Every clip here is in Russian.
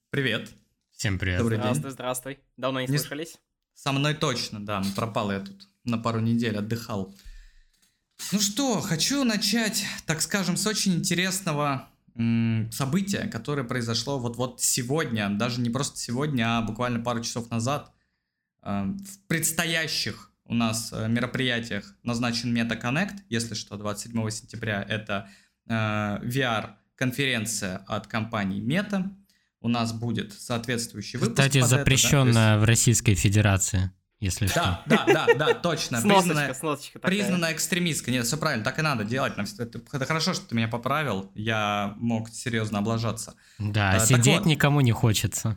Привет. Всем привет. Добрый день. Здравствуй. Давно не Не с- слышались? Со мной точно, да. Пропал я тут на пару недель, отдыхал. Ну что, хочу начать, так скажем, с очень интересного события, которое произошло вот сегодня. Даже не просто сегодня, а буквально пару часов назад. В предстоящих у нас мероприятиях назначен MetaConnect, если что, 27 сентября. Это VR-конференция от компании Meta. У нас будет соответствующий выпуск. Кстати, под это, да, запрещенная в Российской Федерации, если что. Да, точно. Сносочка такая. Признанная экстремистка. Нет, все правильно, так и надо делать. Это хорошо, что ты меня поправил. Я мог серьезно облажаться. Да, Так сидеть вот. никому не хочется.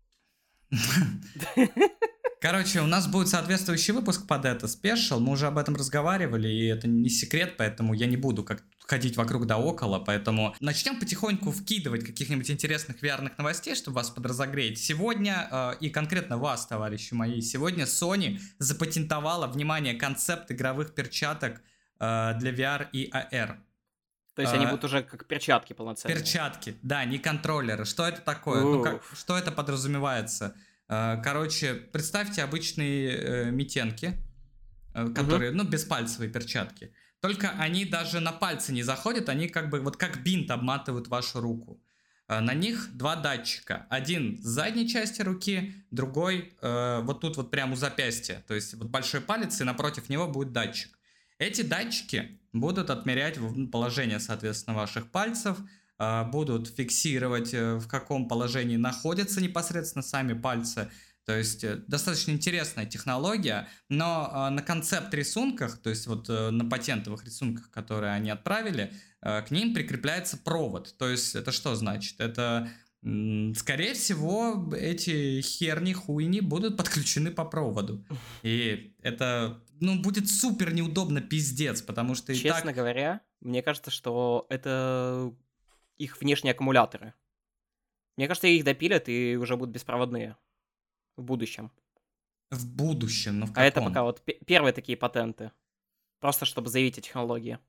Короче, у нас будет соответствующий выпуск под это, спешл. Мы уже об этом разговаривали, и это не секрет, поэтому я не буду ходить вокруг да около. Поэтому начнем потихоньку вкидывать каких-нибудь интересных VR-ных новостей, чтобы вас подразогреть. Сегодня, и конкретно вас, товарищи мои, сегодня Sony запатентовала, внимание, концепт игровых перчаток для VR и AR. То есть они будут уже как перчатки полноценные. Перчатки, да, не контроллеры. Что это такое? Что это подразумевается? Короче, представьте обычные митенки, которые, беспальцевые перчатки. Только они даже на пальцы не заходят, они как бы вот как бинт обматывают вашу руку. На них два датчика. Один с задней части руки, другой вот тут вот прямо у запястья. То есть вот большой палец, и напротив него будет датчик. Эти датчики будут отмерять положение, соответственно, ваших пальцев, будут фиксировать, в каком положении находятся непосредственно сами пальцы. То есть достаточно интересная технология, но на концепт-рисунках, то есть вот на патентовых рисунках, которые они отправили, к ним прикрепляется провод. То есть это что значит? Это, скорее всего, эти хуйни будут подключены по проводу. И это, будет супер неудобно пиздец, потому что Честно говоря, мне кажется, что это их внешние аккумуляторы. Мне кажется, их допилят и уже будут беспроводные в будущем. В будущем, но в каком? А это пока вот первые такие патенты. Просто чтобы заявить о технологии.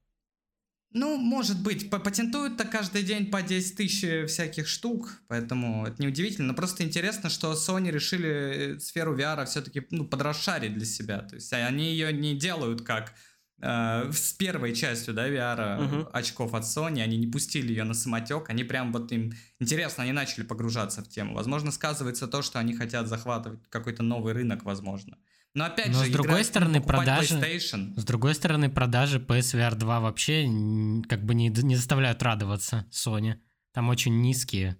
Может быть, патентуют-то каждый день по 10 тысяч всяких штук, поэтому это неудивительно. Но просто интересно, что Sony решили сферу VR все-таки подрасшарить для себя. То есть они ее не делают как с первой частью, да, VR очков от Sony, они не пустили ее на самотек, они прям вот им интересно, они начали погружаться в тему. Возможно, сказывается то, что они хотят захватывать какой-то новый рынок, возможно. Но опять же, с другой стороны, продажи PSVR 2 вообще как бы не заставляют радоваться Sony. Там очень низкие.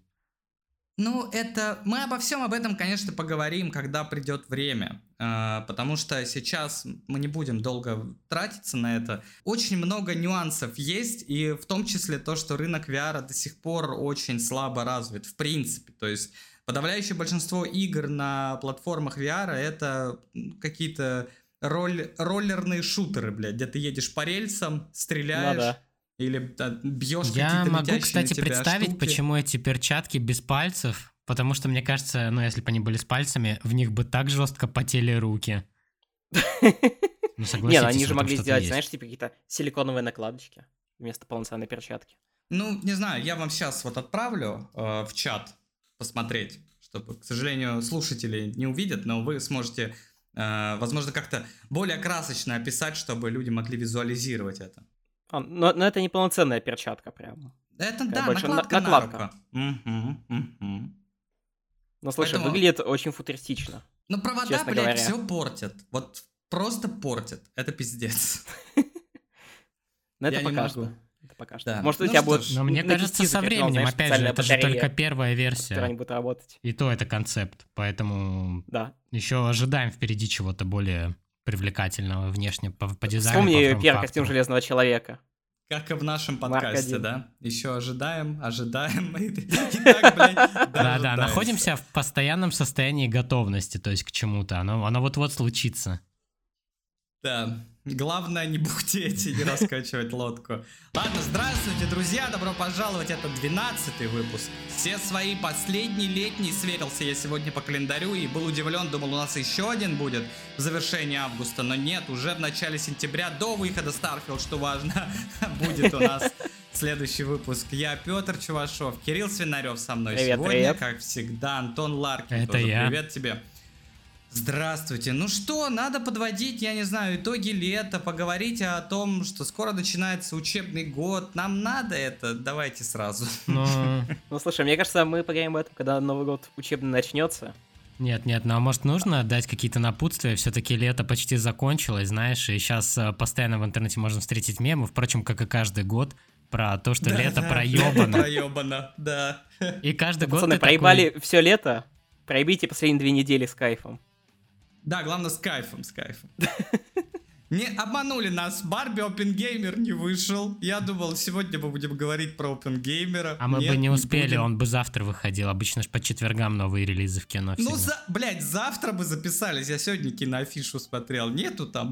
Мы обо всем об этом, конечно, поговорим, когда придет время, потому что сейчас мы не будем долго тратиться на это. Очень много нюансов есть, и в том числе то, что рынок VR до сих пор очень слабо развит, в принципе. То есть подавляющее большинство игр на платформах VR это какие-то роллерные шутеры, блядь, где ты едешь по рельсам, стреляешь. Или бьешь какие-то Я могу, летящие кстати, на тебя представить, штуки. почему эти перчатки без пальцев, потому что, мне кажется, если бы они были с пальцами, в них бы так жестко потели руки. Согласитесь, они в же этом могли что-то сделать, есть. знаешь, типа какие-то силиконовые накладочки вместо полноценной перчатки. Не знаю, я вам сейчас вот отправлю в чат посмотреть, чтобы, к сожалению, слушатели не увидят, но вы сможете, возможно, как-то более красочно описать, чтобы люди могли визуализировать это. Но это не полноценная перчатка прям. Это, Такая да, больше накладка на накладка. руку. Но слушай, Поэтому- выглядит очень футуристично. Провода, Честно блядь, говоря. все портят. Вот просто портят. Это пиздец. Но это Я не пока могу. что. Это пока что. Да. Может, у Ну тебя что будет ж. Но мне на кажется, 10 со закреплена, временем, знаешь, опять же, специальная это же батарея, только первая которая версия. не будет работать. И то это концепт, поэтому Да. еще ожидаем впереди чего-то более привлекательного внешне по дизайну. Вспомни по первый форм-фактору. костюм Железного Человека. Как и в нашем Марк подкасте, 1. да? Еще ожидаем. И так, блядь, Да, дожидаемся. находимся в постоянном состоянии готовности, то есть к чему-то. Оно вот-вот случится. Да. Главное не бухтеть и не раскачивать лодку. Ладно, здравствуйте, друзья, добро пожаловать, это 12-й выпуск. Все свои последний летний сверился я сегодня по календарю и был удивлен, думал, у нас еще один будет в завершении августа, но нет, уже в начале сентября, до выхода Starfield, что важно, будет у нас следующий выпуск. Я Петр Чувашов, Кирилл Свинарев со мной Привет, сегодня, привет. как всегда, Антон Ларкин. Это тоже. я. Привет тебе. Здравствуйте. Ну что, надо подводить, я не знаю, итоги лета, поговорить о том, что скоро начинается учебный год. Нам надо это? Давайте сразу. Ну, слушай, мне кажется, мы поговорим об этом, когда Новый год учебный начнется. нет, ну а может нужно дать какие-то напутствия? Все-таки лето почти закончилось, знаешь, и сейчас постоянно в интернете можно встретить мемы, впрочем, как и каждый год, про то, что лето проебано. Проебано, да. И каждый год Пацаны, ты такой... проебали все лето, проебите последние 2 недели с кайфом. Да, главное с кайфом. Не обманули нас, Барби Опенгеймер не вышел. Я думал, сегодня мы будем говорить про Опенгеймера. А мы бы не успели, будем. он бы завтра выходил. Обычно же по четвергам новые релизы в кино Ну, всегда. блядь, завтра бы записались. Я сегодня киноафишу смотрел. Нету там,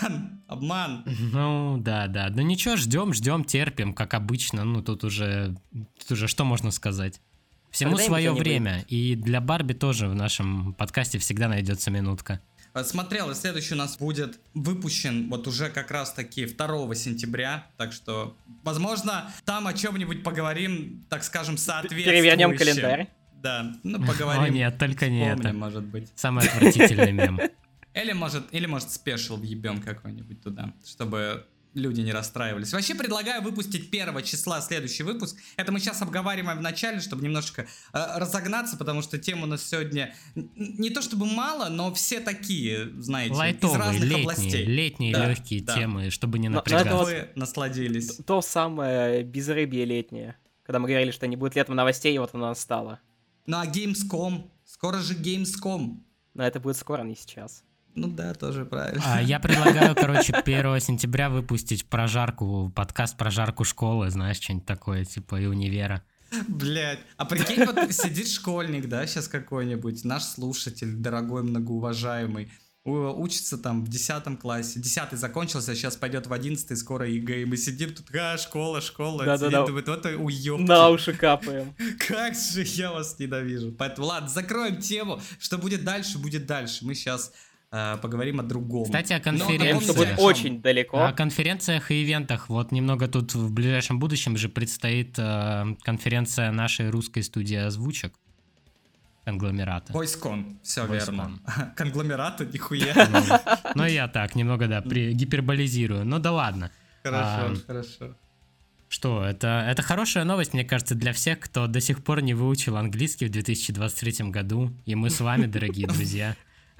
обман. Ну, да. Ну ничего, ждем, терпим, как обычно. Ну, тут уже что можно сказать? Всему Когда-нибудь свое они время. И для Барби тоже в нашем подкасте всегда найдется минутка. Смотрел, и следующий у нас будет выпущен вот уже как раз таки 2 сентября, так что, возможно, там о чем-нибудь поговорим, так скажем, соответствующе. Перевернем календарь. Да, ну поговорим. О нет, только не Вспомним, это. может быть. Самый отвратительный мем. Или может спешл въебем какой-нибудь туда, чтобы люди не расстраивались. Вообще предлагаю выпустить 1 числа следующий выпуск. Это мы сейчас обговариваем в начале, чтобы немножко разогнаться, потому что тем у нас сегодня не то чтобы мало, но все такие, знаете, из Лайтовые, разных областей. летние Да, легкие да. темы, чтобы не Но это напрягаться. вот- Вы насладились. То самое безрыбье летнее. Когда мы говорили, что не будет летом новостей, и вот оно настало. Ну а Gamescom? Скоро же Gamescom. Но это будет скоро, не сейчас. Ну да, тоже правильно. Я предлагаю, 1 сентября выпустить подкаст про жарку школы, знаешь, что-нибудь такое, типа и универа. Блять. А прикинь, вот сидит школьник, да, сейчас какой-нибудь, наш слушатель, дорогой, многоуважаемый, учится там в 10 классе, 10 закончился, сейчас пойдет в 11, скоро ЕГЭ, и мы сидим тут, школа, Да-да-да. сидит, думает, вот уёбки. На уши капаем. Как же я вас ненавижу. Поэтому, ладно, закроем тему, что будет дальше, будет дальше. Мы сейчас поговорим о другом. Кстати, о Но конференции. Что напомните, будет о чём? очень далеко. О конференциях и ивентах. Вот немного тут в ближайшем будущем же предстоит конференция нашей русской студии озвучек. Конгломерата. Войскон, все Войскон. верно. Конгломерата, нихуя. Ну, я так, немного, да, гиперболизирую. Ну да ладно. Хорошо. Что, это хорошая новость, мне кажется, для всех, кто до сих пор не выучил английский в 2023 году. И мы с вами, дорогие друзья.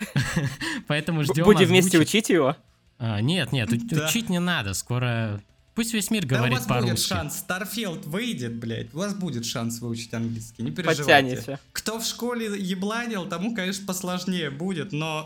Поэтому ждем Будем вместе озвучек. учить его? Нет, Да. учить не надо. Скоро пусть весь мир Да у говорит вас будет по-русски. шанс, Starfield выйдет, блядь, у вас будет шанс выучить английский, не переживайте. Подтянете. Кто в школе ебланил, тому, конечно, посложнее будет, но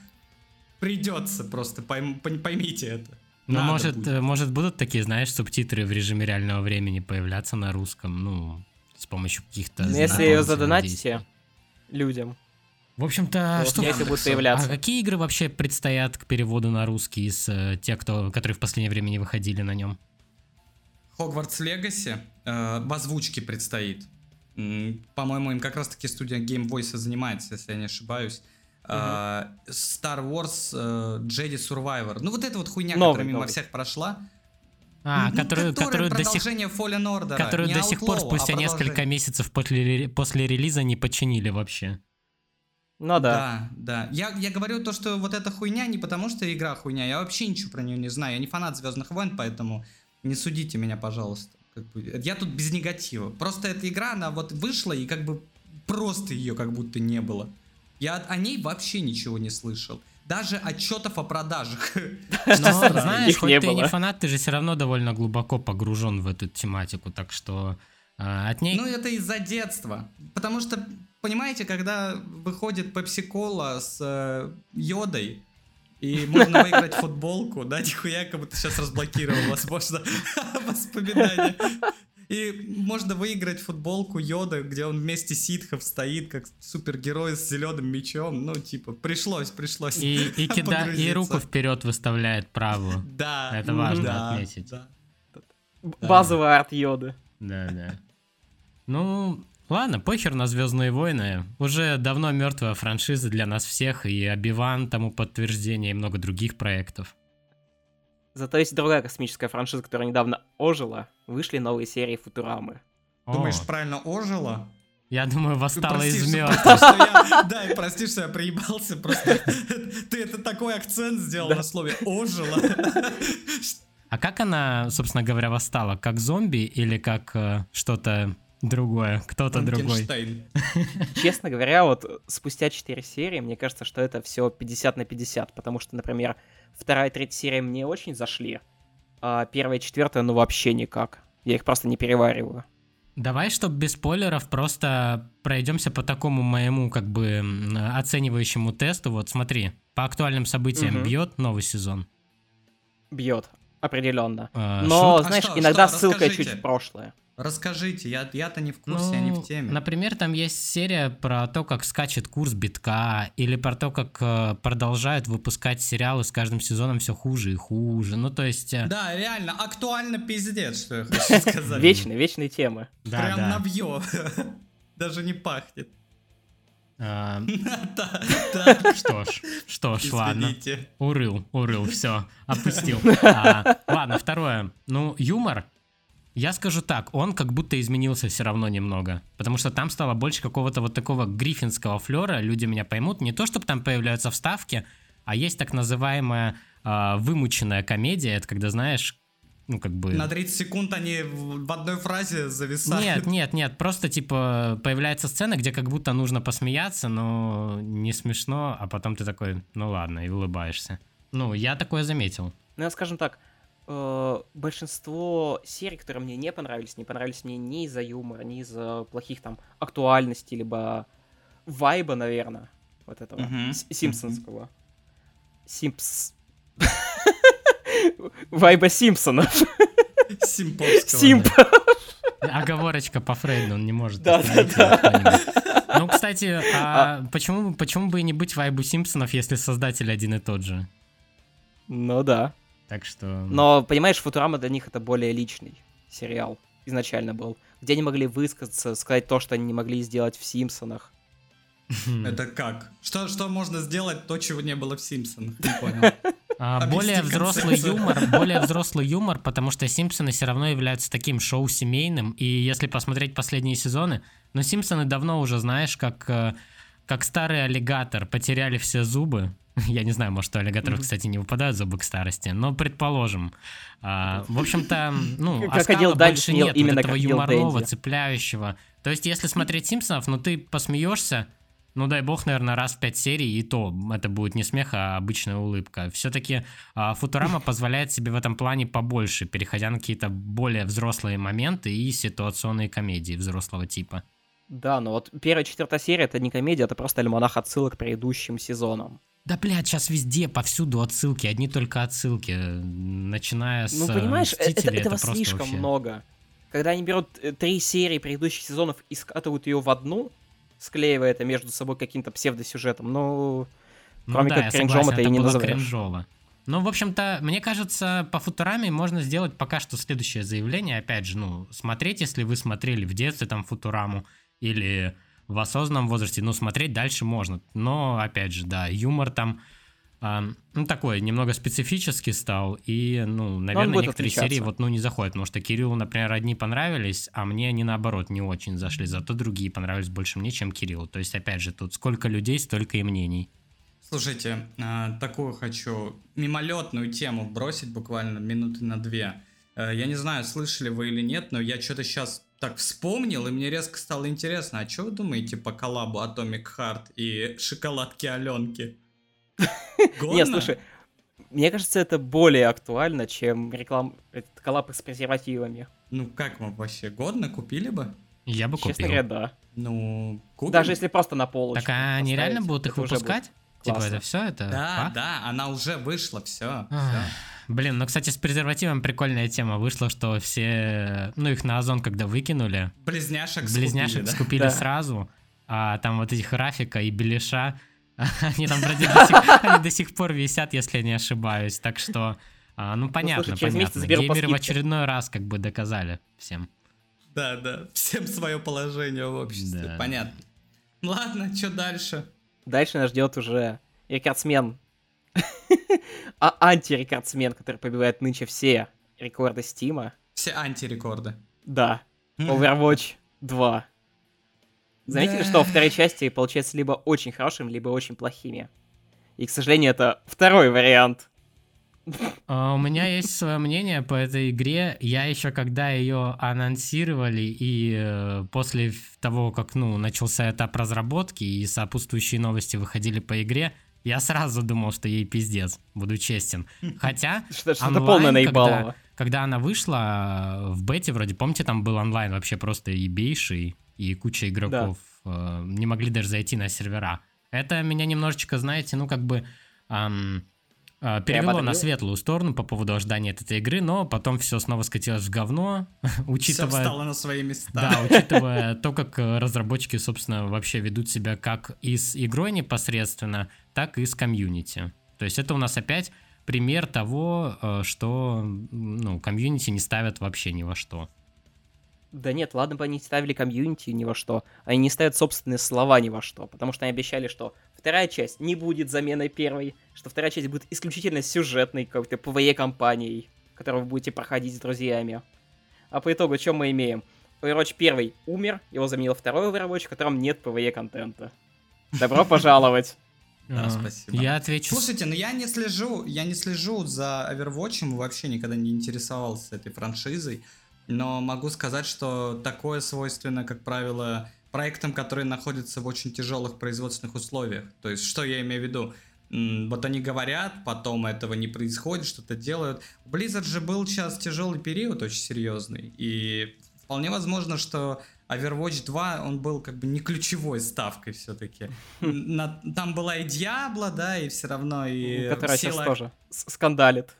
придется просто, поймите это. Ну, Надо будет. может, будут такие, знаешь, субтитры в режиме реального времени появляться на русском, ну, с помощью каких-то... Ну, знаков если ее взаимодействия. задонатите людям. В общем-то, Вот что... если будут А появляться. какие игры вообще предстоят к переводу на русский из тех, которые в последнее время не выходили на нем? Хогвартс Легаси в озвучке предстоит. По-моему, им как раз-таки студия Game Voice занимается, если я не ошибаюсь. Star Wars Jedi Survivor. Ну, вот эта вот хуйня, Новый, которая мимо новый. всех прошла. Которую до сих продолжение Fallen Order. которую Не до сих пор Outlaw, спустя а несколько продолжение. месяцев после релиза не починили вообще. Ну да. Да. Я говорю то, что вот эта хуйня не потому, что игра хуйня. Я вообще ничего про нее не знаю. Я не фанат Звездных войн, поэтому не судите меня, пожалуйста. Я тут без негатива. Просто эта игра, она вот вышла, и как бы просто ее как будто не было. Я о ней вообще ничего не слышал. Даже отчетов о продажах. Но, знаешь, Их хоть не ты и не было. фанат, ты же все равно довольно глубоко погружен в эту тематику, так что от ней... Ну, это из-за детства. Потому что, понимаете, когда выходит Пепси-кола с Йодой, и можно выиграть футболку, да, нихуя, как будто сейчас разблокировал, возможно, воспоминания. И можно выиграть футболку Йода, где он вместе ситхов стоит, как супергерой с зеленым мечом. Ну, типа, пришлось И погрузиться. руку вперед выставляет правую. Да. Это важно да, отметить. да. Базовый арт Йоды. Да. Ну, ладно, похер на Звездные войны. Уже давно мертвая франшиза для нас всех, и Оби-Ван тому подтверждение, и много других проектов. Зато есть другая космическая франшиза, которая недавно ожила. Вышли новые серии Футурамы. Думаешь, правильно ожила? Я думаю, восстала из мертвых. Да, и прости, что я приебался, просто ты это такой акцент сделал на слове ожила. А как она, собственно говоря, восстала? Как зомби или как что-то другое? Кто-то другой? Честно говоря, вот спустя 4 серии, мне кажется, что это все 50 на 50, потому что, например, 2 и 3 серия мне очень зашли, а 1 и 4, ну, вообще никак. Я их просто не перевариваю. Давай, чтобы без спойлеров, просто пройдемся по такому моему, как бы, оценивающему тесту. Вот смотри, по актуальным событиям бьет новый сезон? Бьет, определенно. Но, знаешь, иногда ссылка чуть в прошлое. Расскажите, я-то не в курсе, я не в теме. Например, там есть серия про то, как скачет курс битка, или про то, как продолжают выпускать сериалы с каждым сезоном все хуже и хуже. Ну, то есть... Да, реально, актуально пиздец, что я хочу сказать. Вечные темы. Прям навьё. Даже не пахнет. Что ж, ладно. Урыл, все, опустил. Ладно, второе. Ну, юмор. Я скажу так, он как будто изменился все равно немного, потому что там стало больше какого-то вот такого гриффинского флера, люди меня поймут, не то чтобы там появляются вставки, а есть так называемая вымученная комедия, это когда, знаешь, ну как бы... На 30 секунд они в одной фразе зависают. Нет, просто типа появляется сцена, где как будто нужно посмеяться, но не смешно, а потом ты такой, ну ладно, и улыбаешься. Ну, я такое заметил. Ну, скажем так, большинство серий, которые мне не понравились мне не из-за юмора, не из-за плохих там актуальностей, либо вайба, наверное, вот этого симпсонского. Вайба Симпсонов. Симповского. Оговорочка по Фрейду, он не может. Да. Ну, кстати, почему бы и не быть вайбу Симпсонов, если создатель один и тот же? Ну да. Так что... Но, понимаешь, Футурама для них это более личный сериал изначально был, где они могли высказаться, сказать то, что они не могли сделать в Симпсонах. Это как? Что можно сделать, то, чего не было в Симпсонах? Не понял. Более взрослый юмор, потому что Симпсоны все равно являются таким шоу семейным, и если посмотреть последние сезоны, но Симпсоны давно уже, знаешь, как старый аллигатор, потеряли все зубы. Я не знаю, может, у аллигаторов, кстати, не выпадают зубы к старости, но предположим. В общем-то, ну, Аскала больше нет вот этого юморного, цепляющего. То есть, если смотреть Симпсонов, ну, ты посмеешься, ну, дай бог, наверное, раз в 5 серий, и то это будет не смех, а обычная улыбка. Все-таки Футурама позволяет себе в этом плане побольше, переходя на какие-то более взрослые моменты и ситуационные комедии взрослого типа. Да, но вот 1-4 серия — это не комедия, это просто альманах отсылок к предыдущим сезонам. Да, блядь, сейчас везде, повсюду отсылки, одни только отсылки, начиная с... Ну, понимаешь, этого это слишком много. Когда они берут 3 серии предыдущих сезонов и скатывают ее в одну, склеивая это между собой каким-то псевдосюжетом, ну, кроме как кринжом это и не назовешь. Кринжово. Ну, в общем-то, мне кажется, по Футураме можно сделать пока что следующее заявление, опять же, ну, смотреть, если вы смотрели в детстве там Футураму, или... в осознанном возрасте, ну, смотреть дальше можно. Но, опять же, да, юмор там, ну, такой, немного специфический стал. И, ну, наверное, некоторые серии вот, ну, не заходят. Потому что Кириллу, например, одни понравились, а мне они, наоборот, не очень зашли. Зато другие понравились больше мне, чем Кириллу. То есть, опять же, тут сколько людей, столько и мнений. Слушайте, такую хочу мимолетную тему бросить буквально минуты на 2. Я не знаю, слышали вы или нет, но я что-то сейчас... так вспомнил, и мне резко стало интересно, а что вы думаете по коллабу Atomic Heart и шоколадки Аленки? Нет, слушай, мне кажется, это более актуально, чем коллаб с презервативами. Ну, как вам вообще, годно? Купили бы? Я бы купил. Честно говоря, да. Ну, купим. Даже если просто на полочку. Так а они реально будут их выпускать? Типа это все, это Да, она уже вышла, все. Блин, ну, кстати, с презервативом прикольная тема вышла, что все, ну, их на Озон когда выкинули. Близняшек скупили сразу, а там вот этих Рафика и Белиша, они там вроде до сих пор висят, если я не ошибаюсь, так что, ну, понятно. Геймеры в очередной раз как бы доказали всем. Да, всем свое положение в обществе, понятно. Ладно, что дальше? Дальше нас ждет уже рекордсмен А антирекордсмен, который побивает нынче все рекорды Стима. Все антирекорды. Да. Overwatch 2. Заметили, что во второй части получается либо очень хорошим, либо очень плохими. И, к сожалению, это второй вариант. У меня есть свое мнение по этой игре. Я еще когда ее анонсировали и после того, как начался этап разработки и сопутствующие новости выходили по игре, я сразу думал, что ей пиздец, буду честен. Хотя что-то полное наебалово. Когда она вышла в бете, вроде, помните, там был онлайн вообще просто ебейший, и куча игроков не могли даже зайти на сервера. Это меня немножечко, знаете, перевело на светлую сторону по поводу ожидания этой игры, но потом все снова скатилось в говно, учитывая... Все встало на свои места. Да, учитывая то, как разработчики, собственно, вообще ведут себя как и с игрой непосредственно, так и с комьюнити. То есть это у нас опять пример того, что комьюнити не ставят вообще ни во что. Да нет, ладно бы они ставили комьюнити ни во что, они не ставят собственные слова ни во что, потому что они обещали, что вторая часть не будет заменой первой, что вторая часть будет исключительно сюжетной какой-то PvE-компанией, которую вы будете проходить с друзьями. А по итогу, что мы имеем? Overwatch 1 умер, его заменил второй Overwatch, в котором нет PvE-контента. Добро пожаловать! Да, спасибо. Я отвечу. Слушайте, я не слежу за Overwatch, вообще никогда не интересовался этой франшизой. Но могу сказать, что такое свойственно, как правило, проектам, которые находятся в очень тяжелых производственных условиях. То есть, что я имею в виду? Вот они говорят, потом этого не происходит, что-то делают. У Blizzard же был сейчас тяжелый период, очень серьезный. И вполне возможно, что Overwatch 2, он был как бы не ключевой ставкой все-таки. Там была и Diablo, да, и все равно и... Которая сейчас тоже скандалит.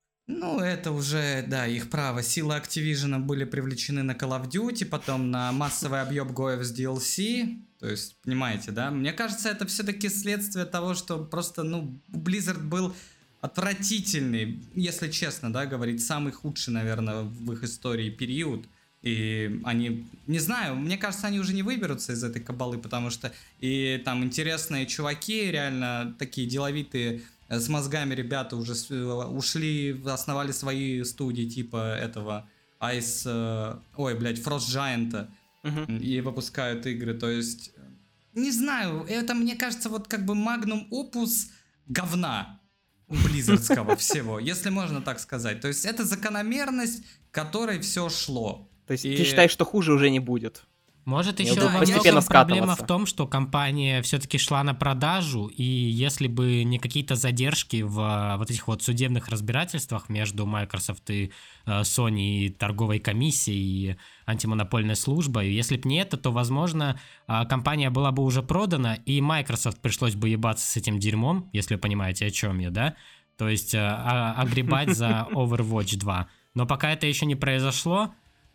Это уже, да, их право. Силы Activision были привлечены на Call of Duty, потом на массовый объем гоев с DLC. То есть, понимаете, да? Мне кажется, это все-таки следствие того, что просто, Blizzard был отвратительный, если честно, да, говорить, самый худший, наверное, в их истории период. И они, не знаю, мне кажется, они уже не выберутся из этой кабалы, потому что и там интересные чуваки, реально такие деловитые, с мозгами ребята уже ушли, основали свои студии типа этого Frost Giant, и выпускают игры. То есть, не знаю, это, мне кажется, вот как бы магнум опус говна близзардского всего, если можно так сказать. То есть, это закономерность, к которой все шло. То есть, ты считаешь, что хуже уже не будет? Может, еще во многом проблема в том, что компания все-таки шла на продажу, и если бы не какие-то задержки в вот этих вот судебных разбирательствах между Microsoft и Sony, и торговой комиссией, и антимонопольной службой, если бы не это, то, возможно, компания была бы уже продана, и Microsoft пришлось бы ебаться с этим дерьмом, если вы понимаете, о чем я, да? То есть огребать за Overwatch 2. Но пока это еще не произошло...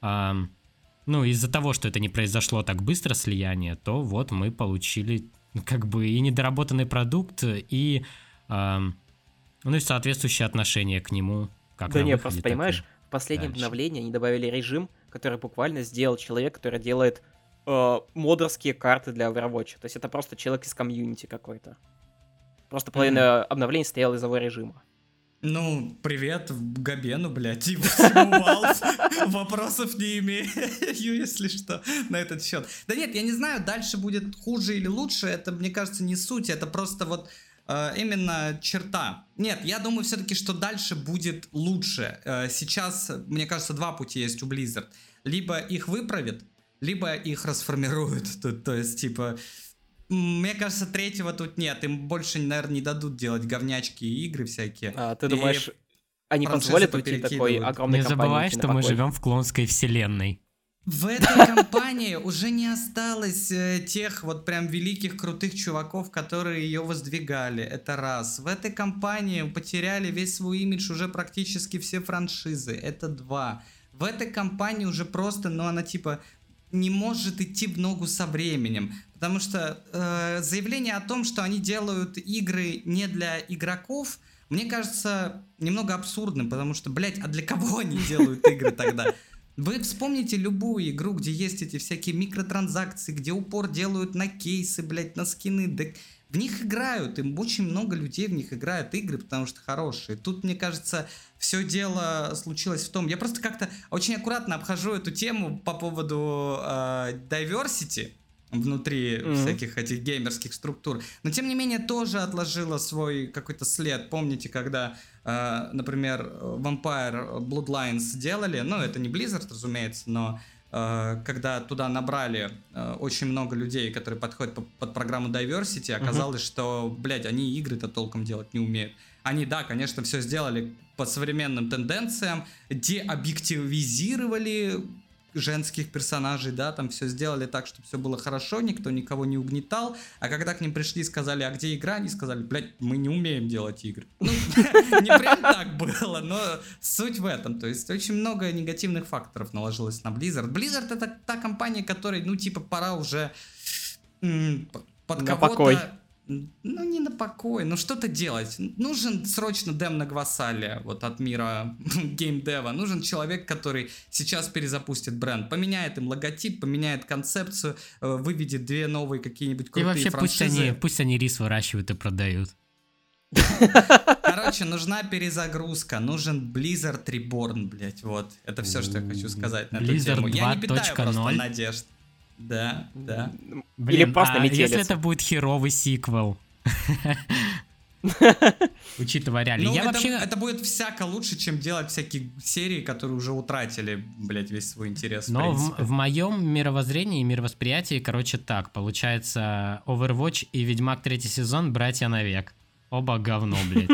из-за того, что это не произошло так быстро, слияние, то вот мы получили как бы и недоработанный продукт, и соответствующее отношение к нему. Как да нет, просто понимаешь, в последнем обновлении они добавили режим, который буквально сделал человек, который делает модерские карты для Overwatch. То есть это просто человек из комьюнити какой-то. Просто половина обновлений стояла из-за его режима. Привет Габену, блядь, и всему Valve. Вопросов не имею, если что, на этот счет. Да нет, я не знаю, дальше будет хуже или лучше, это, мне кажется, не суть, это просто вот именно черта. Нет, я думаю все-таки, что дальше будет лучше. Сейчас, мне кажется, два пути есть у Blizzard. Либо их выправят, либо их расформируют. То есть, типа... Мне кажется, третьего тут нет. Им больше, наверное, не дадут делать говнячки и игры всякие. А ты думаешь, они позволят уйти такой огромной компании? Не забывай, что мы живем в клонской вселенной. В этой компании уже не осталось тех вот прям великих крутых чуваков, которые ее воздвигали. Это раз. В этой компании потеряли весь свой имидж уже практически все франшизы. Это два. В этой компании уже просто, она типа... не может идти в ногу со временем, потому что заявление о том, что они делают игры не для игроков, мне кажется немного абсурдным, потому что, блять, а для кого они делают игры тогда? Вы вспомните любую игру, где есть эти всякие микротранзакции, где упор делают на кейсы, блядь, на скины. Да в них играют, и очень много людей в них играют игры, потому что хорошие. Тут, мне кажется, все дело случилось в том... Я просто как-то очень аккуратно обхожу эту тему по поводу diversity внутри всяких этих геймерских структур. Но, тем не менее, тоже отложила свой какой-то след. Помните, когда, например, Vampire Bloodlines делали, ну, это не Blizzard, разумеется, но когда туда набрали очень много людей, которые подходят под программу Diversity, оказалось, что, блядь, они игры-то толком делать не умеют. Они, да, конечно, все сделали по современным тенденциям, деобъективизировали женских персонажей, да, там все сделали так, чтобы все было хорошо, никто никого не угнетал, а когда к ним пришли и сказали, а где игра, они сказали, блядь, мы не умеем делать игры. Ну, не прям так было, но суть в этом, то есть очень много негативных факторов наложилось на Blizzard. Blizzard — это та компания, которой, ну, типа, пора уже под кого-то... Ну, не на покой, но что-то делать. Нужен срочно Демна Гвасалия вот от мира геймдева. Нужен человек, который сейчас перезапустит бренд. Поменяет им логотип, поменяет концепцию, выведет 2 новые какие-нибудь крутые и вообще франшизы. пусть они рис выращивают и продают. Короче, нужна перезагрузка. Нужен Blizzard Reborn, блять. Вот. Это все, что я хочу сказать на эту тему. Я не питаю просто надежд. Да. Блин, или просто метелица. Если это будет херовый сиквел, учитывая реалии. Это будет всяко лучше, чем делать всякие серии, которые уже утратили, блять, весь свой интерес. Но в моем мировоззрении и мировосприятии, короче, так. Получается, Overwatch и Ведьмак 3 сезон братья навек. Оба говно, блядь.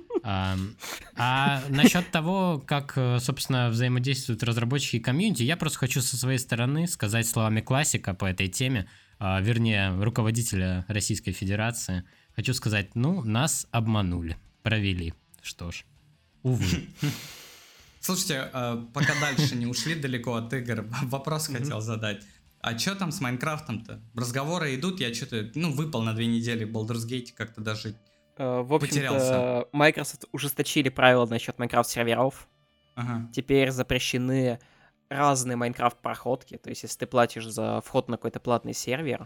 А насчет того, как, собственно, взаимодействуют разработчики и комьюнити, я просто хочу со своей стороны сказать словами классика по этой теме, вернее, руководителя Российской Федерации. Хочу сказать, ну, нас обманули, провели. Что ж, увы. Слушайте, пока дальше не ушли далеко от игр, вопрос хотел задать. А что там с Майнкрафтом-то? Разговоры идут, я что-то, выпал на 2 недели в Baldur's Gate, как-то даже... В общем-то, Microsoft ужесточили правила насчет Майнкрафт-серверов. Теперь запрещены разные Майнкрафт-проходки. То есть, если ты платишь за вход на какой-то платный сервер,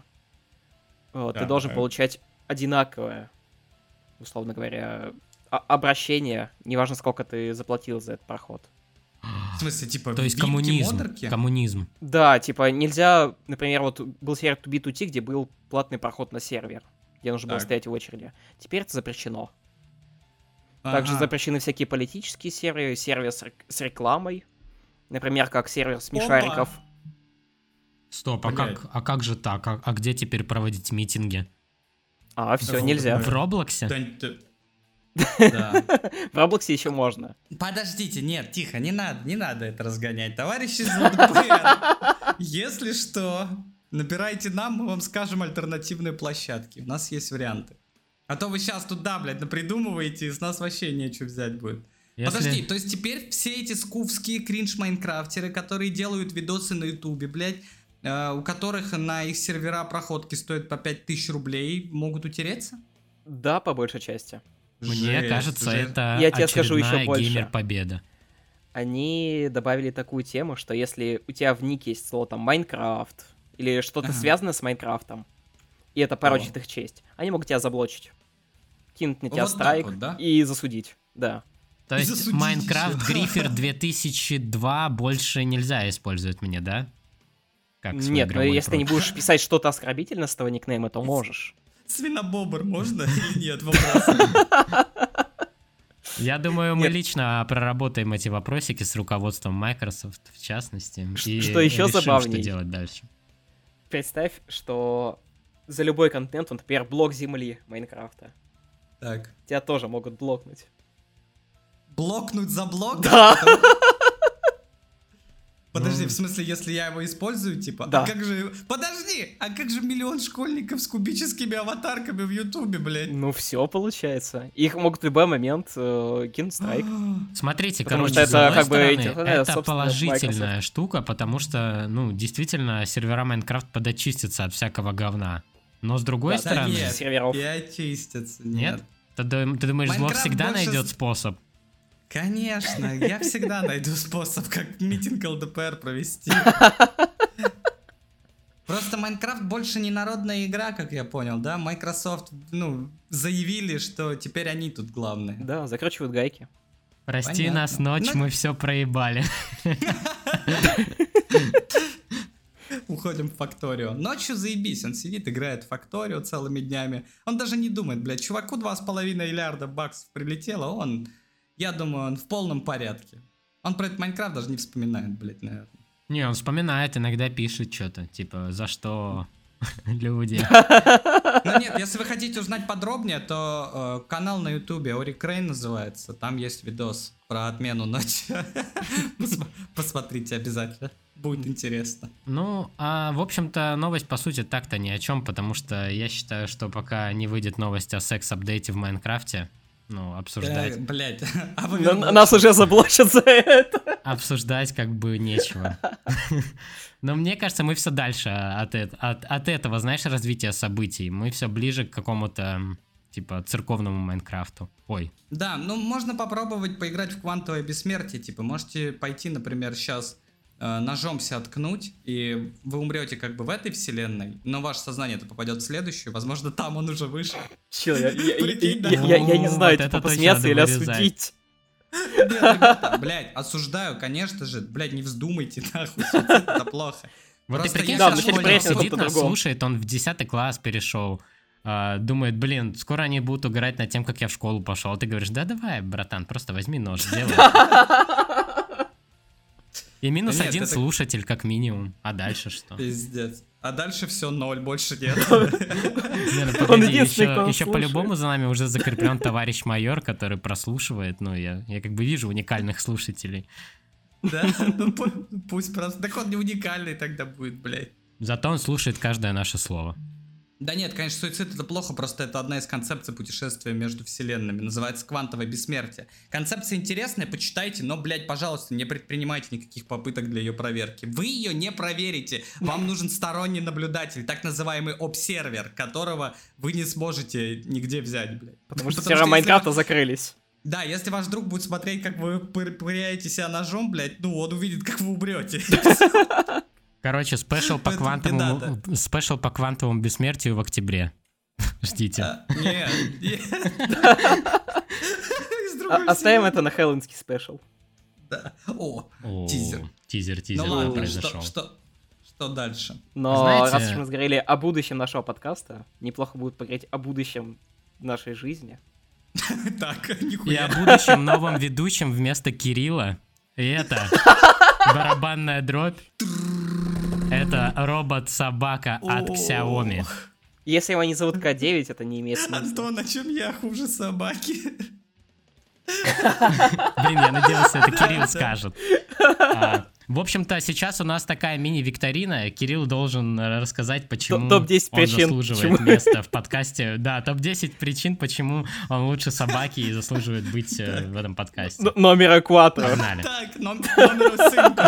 ты должен получать одинаковое, условно говоря, обращение, неважно, сколько ты заплатил за этот проход. В смысле, типа, то есть коммунизм. Да, типа, нельзя, например, вот был сервер 2B2T, где был платный проход на сервер, где нужно было стоять в очереди. Теперь это запрещено. Также запрещены всякие политические серверы, сервер с рекламой. Например, как сервер смешариков. Стоп, а как же так? А где теперь проводить митинги? Все, нельзя. В Роблоксе? Да. В Роблоксе еще можно. Подождите, нет, тихо, не надо это разгонять. Товарищи из ЛДПР, если что... Набирайте нам, мы вам скажем альтернативные площадки. У нас есть варианты. А то вы сейчас тут, напридумываете, и с нас вообще нечего взять будет. Подожди, то есть теперь все эти скуфские кринж-майнкрафтеры, которые делают видосы на ютубе, блядь, у которых на их сервера проходки стоят по 5000 рублей, могут утереться? Да, по большей части. Мне кажется, это я тебе скажу еще больше. Геймер-победа. Они добавили такую тему, что если у тебя в нике есть слово там Майнкрафт, или что-то связанное с Майнкрафтом, и это порочит их честь, они могут тебя заблочить. Кинуть на тебя страйк и засудить, да. То есть Майнкрафт Грифер 2002 больше нельзя использовать мне, да? Нет, но если ты не будешь писать что-то оскорбительное с этого никнейма, то можешь. Свинобобр можно или нет? Вопрос. Я думаю, мы лично проработаем эти вопросики с руководством Microsoft, в частности. Что еще забавнее, что делать дальше. Представь, что за любой контент, например, блок земли Майнкрафта, тебя тоже могут блокнуть. Блокнуть за блок? Да. Подожди, в смысле, если я его использую, типа? Да. Подожди, а как же миллион школьников с кубическими аватарками в Ютубе, блядь? Ну все получается. Их могут в любой момент кинуть страйк. Смотрите, потому короче, что это это положительная штука, потому что, действительно, сервера Майнкрафт подочистятся от всякого говна. Но с другой стороны... Нет, и очистятся. Нет? Ты думаешь, зло всегда найдет способ? Конечно, я всегда найду способ, как митинг ЛДПР провести. Просто Майнкрафт больше не народная игра, как я понял, да? Microsoft, заявили, что теперь они тут главные. Да, закручивают гайки. Прости нас, ночь, мы все проебали. Уходим в Факторио. Ночью заебись, он сидит, играет в Факторио целыми днями. Он даже не думает, блядь, чуваку 2,5 миллиарда баксов прилетело, я думаю, он в полном порядке. Он про этот Майнкрафт даже не вспоминает, блядь, наверное. Не, он вспоминает, иногда пишет что-то, типа, за что люди. Ну нет, если вы хотите узнать подробнее, то канал на ютубе Ори Крейн называется, там есть видос про отмену ночи. Посмотрите обязательно, будет интересно. Ну, в общем-то, новость, по сути, так-то ни о чем, потому что я считаю, что пока не выйдет новость о секс-апдейте в Майнкрафте, обсуждать... Блять, Нас уже заблочат за это. Обсуждать как бы нечего. Но мне кажется, мы все дальше от этого, знаешь, развития событий. Мы все ближе к какому-то, типа, церковному Майнкрафту. Ой. Да, можно попробовать поиграть в квантовое бессмертие. Типа, можете пойти, например, сейчас ножом себя ткнуть, и вы умрете как бы в этой вселенной, но ваше сознание-то попадет в следующую. Возможно, там он уже вышел. Чё, я не знаю, типа, посмеяться или осудить. Нет, ребята, блядь, осуждаю, конечно же. Блядь, не вздумайте, нахуй, суицид это плохо. Вот ты прикинь, да, что начать школьник приятно сидит, тут нас по-другому. слушает, он в 10 класс перешел, думает, блин, скоро они будут угорать над тем, как я в школу пошел. А ты говоришь, да давай, братан, просто возьми нож, сделай. И минус Нет, один это- слушатель, как минимум. А дальше что? Пиздец. А дальше все 0, больше нет. Не, ну Он погоди, единственный, кто нас еще слушает. по-любому за нами уже закреплен товарищ майор, который прослушивает. Я как бы вижу уникальных слушателей. Да, пусть просто. Так он не уникальный тогда будет, блядь. Зато он слушает каждое наше слово. Да нет, конечно, суицид это плохо, просто это одна из концепций путешествия между вселенными. Называется квантовое бессмертие. Концепция интересная, почитайте, но, блядь, пожалуйста, не предпринимайте никаких попыток для ее проверки. Вы ее не проверите. Вам нужен сторонний наблюдатель, так называемый обсервер, которого вы не сможете нигде взять, блядь. Потому что что сервера если Майнкрафта вы- закрылись. Да, если ваш друг будет смотреть, как вы пыряете себя ножом, блядь, он увидит, как вы умрете. Короче, спешл по Поэтому не надо. спешл по квантовому бессмертию в октябре. Ждите. Нет. Оставим это на хэллоуинский спешл. Да. О, О, тизер. Тизер Ну да, ладно, произошел. что дальше? Но Знаете- раз уж мы заговорили о будущем нашего подкаста, неплохо будет поговорить о будущем нашей жизни. Так, И нихуя. о будущем новом ведущем вместо Кирилла. И это барабанная дробь. Это робот-собака от Xiaomi. Если его не зовут К9, это не имеет смысла. Антон, о чем я хуже собаки? Блин, я надеялся, это Кирилл скажет. В общем-то, сейчас у нас такая мини-викторина. Кирилл должен рассказать, почему Топ-10 он причин, заслуживает почему. места в подкасте. Да, топ-10 причин, почему он лучше собаки и заслуживает быть в этом подкасте. Номер кватро. Погнали. Так, номер сынка.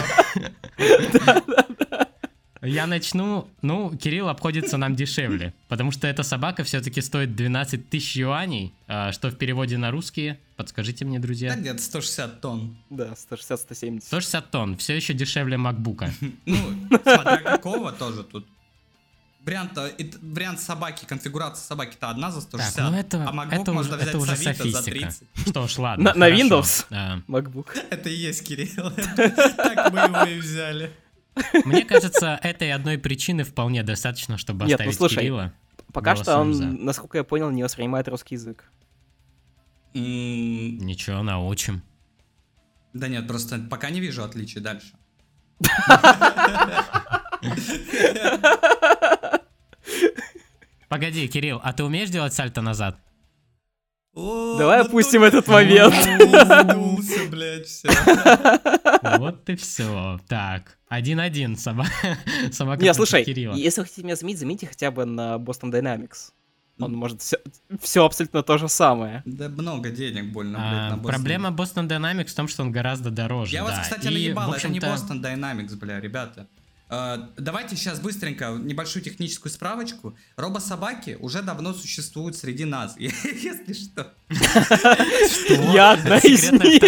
Я начну. Кирилл обходится нам дешевле, потому что эта собака все-таки стоит 12 тысяч юаней, что в переводе на русские, подскажите мне, Да друзья. нет, 160 тонн. Да, 160-170. 160 тонн, все еще дешевле макбука. Ну, смотря какого тоже тут. Вариант собаки, конфигурация собаки-то одна за 160, Так, а MacBook можно взять это уже с Авито за софистика. 30. Что ж, ладно. На хорошо. Windows? А, MacBook. Это и есть Кирилл. Так мы его и взяли. Мне кажется, этой одной причины вполне достаточно, чтобы Нет, ну оставить слушай, Кирилла. Пока что голосуем он, за. насколько я понял, не воспринимает русский язык. Ничего, научим. Да нет, просто пока не вижу отличий дальше. Погоди, Кирилл, а ты умеешь делать сальто назад? Давай опустим этот момент. Сдулся, блядь, все. Вот и все. Так, 1-1, собака Не, против слушай, Кирилла. если вы хотите меня заметить, заметьте хотя бы на Boston Dynamics. Он может все абсолютно то же самое. Да много денег больно, блядь, на Boston. Проблема Boston Dynamics в том, что он гораздо дороже. Я вас, да. кстати, И, наебал, в это не общем-то, Boston Dynamics, бля, ребята. Давайте сейчас быстренько небольшую техническую справочку. Робособаки уже давно существуют среди нас, если что. Я одна из них.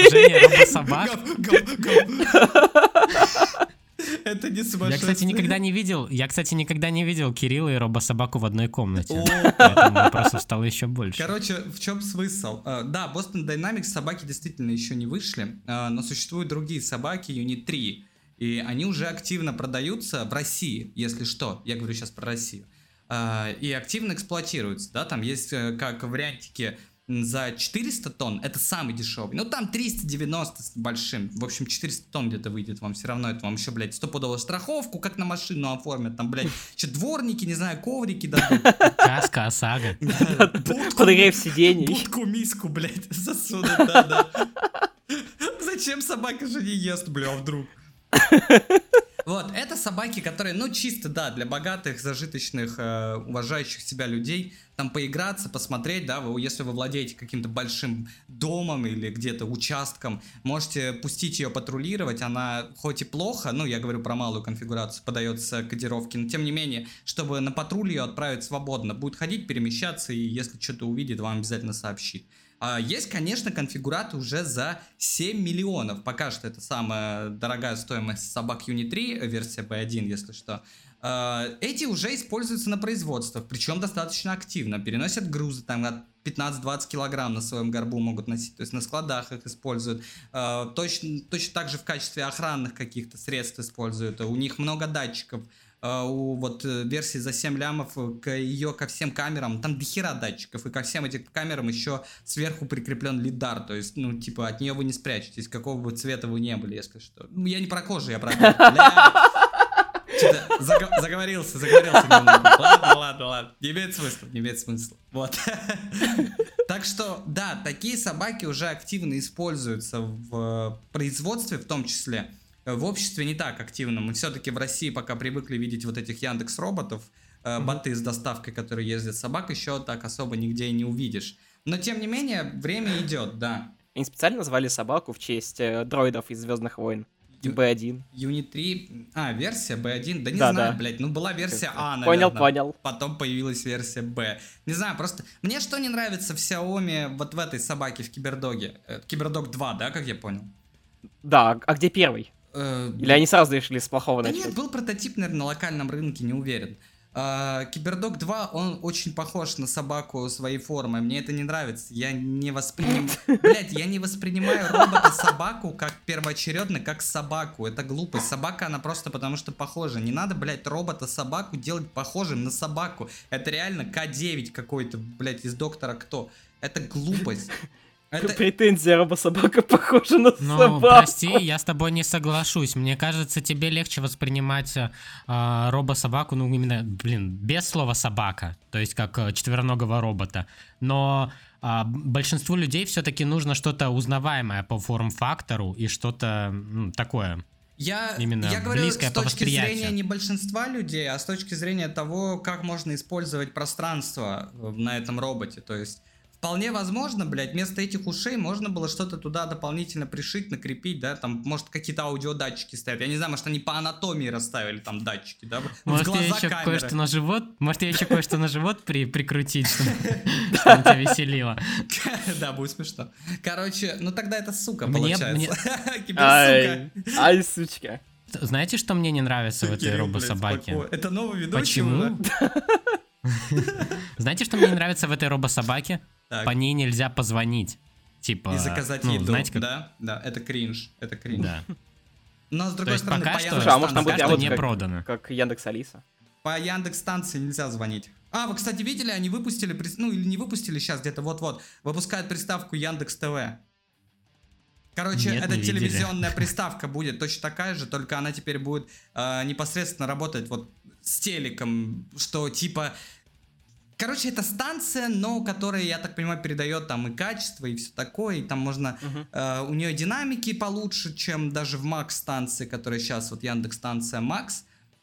Это не сумасшествие. Я, кстати, никогда не видел Кирилла и робособаку в одной комнате. Поэтому просто стало еще больше. Короче, в чем смысл? Да, Boston Dynamics собаки действительно еще не вышли, но существуют другие собаки, Unit 3. И они уже активно продаются в России, если что. Я говорю сейчас про Россию. И активно эксплуатируются. Да? Там есть как вариантики за 400 тонн. Это самый дешевый. Ну там 390 с большим. В общем, 400 тонн где-то выйдет вам. Все равно это вам еще, блядь, стопудовую страховку, как на машину оформят. Там, блядь, еще дворники, не знаю, коврики дадут. Каска ОСАГО. Подогрев сидений. Будку-миску, блядь, засунут, да. Зачем собака же не ест, бля, вдруг? Вот, это собаки, которые, ну, чисто, да, для богатых, зажиточных, уважающих себя людей, там поиграться, посмотреть, да, если вы владеете каким-то большим домом или где-то участком, можете пустить ее патрулировать, она хоть и плохо, ну, я говорю про малую конфигурацию, подается кодировки, но тем не менее, чтобы на патруль ее отправить свободно, будет ходить, перемещаться, и если что-то увидит, вам обязательно сообщит. Есть, конечно, конфигураты уже за 7 миллионов. Пока что это самая дорогая стоимость собак Unit 3, версия B1, если что. Эти уже используются на производствах, причем достаточно активно. Переносят грузы, там от 15-20 килограмм на своем горбу могут носить. То есть на складах их используют. Точно так же в качестве охранных каких-то средств используют. У них много датчиков. У вот версии за 7 лямов ко всем камерам, там дохера датчиков, и ко всем этим камерам еще сверху прикреплен лидар, то есть, ну, типа, от нее вы не спрячетесь, какого бы цвета вы не были, если что. Ну, я не про кожу, я про... Что-то заговорился немного. Ладно. Не имеет смысла. Вот. Так что, да, такие собаки уже активно используются в производстве, в том числе. В обществе не так активно. Мы все-таки в России пока привыкли видеть вот этих Яндекс.Роботов, боты с доставкой, которые ездят собак, еще так особо нигде и не увидишь. Но, тем не менее, время идет, да. Они специально назвали собаку в честь дроидов из «Звездных войн». B1. Unit 3, версия B1, да не знаю, блядь, ну была версия А, наверное. Понял. Потом появилась версия Б. Не знаю, просто мне что не нравится в Xiaomi вот в этой собаке, в Кибердоге. Кибердог 2, да, как я понял? Да, а где первый? Или они сразу решили с плохого начать? Нет, был прототип, наверное, на локальном рынке, не уверен. Кибердог 2, он очень похож на собаку своей формы. Мне это не нравится. Я не воспринимаю робота-собаку как первоочередно, как собаку. Это глупость. Собака, она просто потому что похожа. Не надо, блядь, робота-собаку делать похожим на собаку. Это реально К9 какой-то, блядь, из Доктора Кто. Это глупость. Претензия, робособака похожа на собаку. Ну, прости, я с тобой не соглашусь. Мне кажется, тебе легче воспринимать робособаку, ну, именно, без слова собака, то есть как четвероногого робота. Но большинству людей все-таки нужно что-то узнаваемое по форм-фактору и что-то такое. Я говорю близкое с точки по зрения не большинства людей, а с точки зрения того, как можно использовать пространство на этом роботе. То есть вполне возможно, блядь, вместо этих ушей можно было что-то туда дополнительно пришить, накрепить, да, там, может, какие-то аудиодатчики ставят. Я не знаю, может, они по анатомии расставили там датчики, да, может, я еще кое-что на живот, прикрутить, чтобы тебя веселило. Да, будет смешно. Короче, ну тогда это сука получается. Киберсука. Ай, сучка. Знаете, что мне не нравится в этой робособаке? Это новый ведущий? Почему? Знаете, что мне не нравится в этой робособаке? По ней нельзя позвонить. Типа, и заказать еду, знаете, как... Да, это кринж. Да. Но с другой стороны, пока по Яндекс.Станции не продано. Как Яндекс.Алиса. По Яндекс.Станции нельзя звонить. Вы, кстати, видели, они выпустили, ну или не выпустили сейчас, где-то вот-вот, выпускают приставку Яндекс.ТВ. Короче, это телевизионная приставка будет точно такая же, только она теперь будет непосредственно работать вот с телеком, что типа... Короче, это станция, но которая, я так понимаю, передает там и качество, и все такое, и там можно... у нее динамики получше, чем даже в Макс станции, которая сейчас вот Яндекс станция Макс.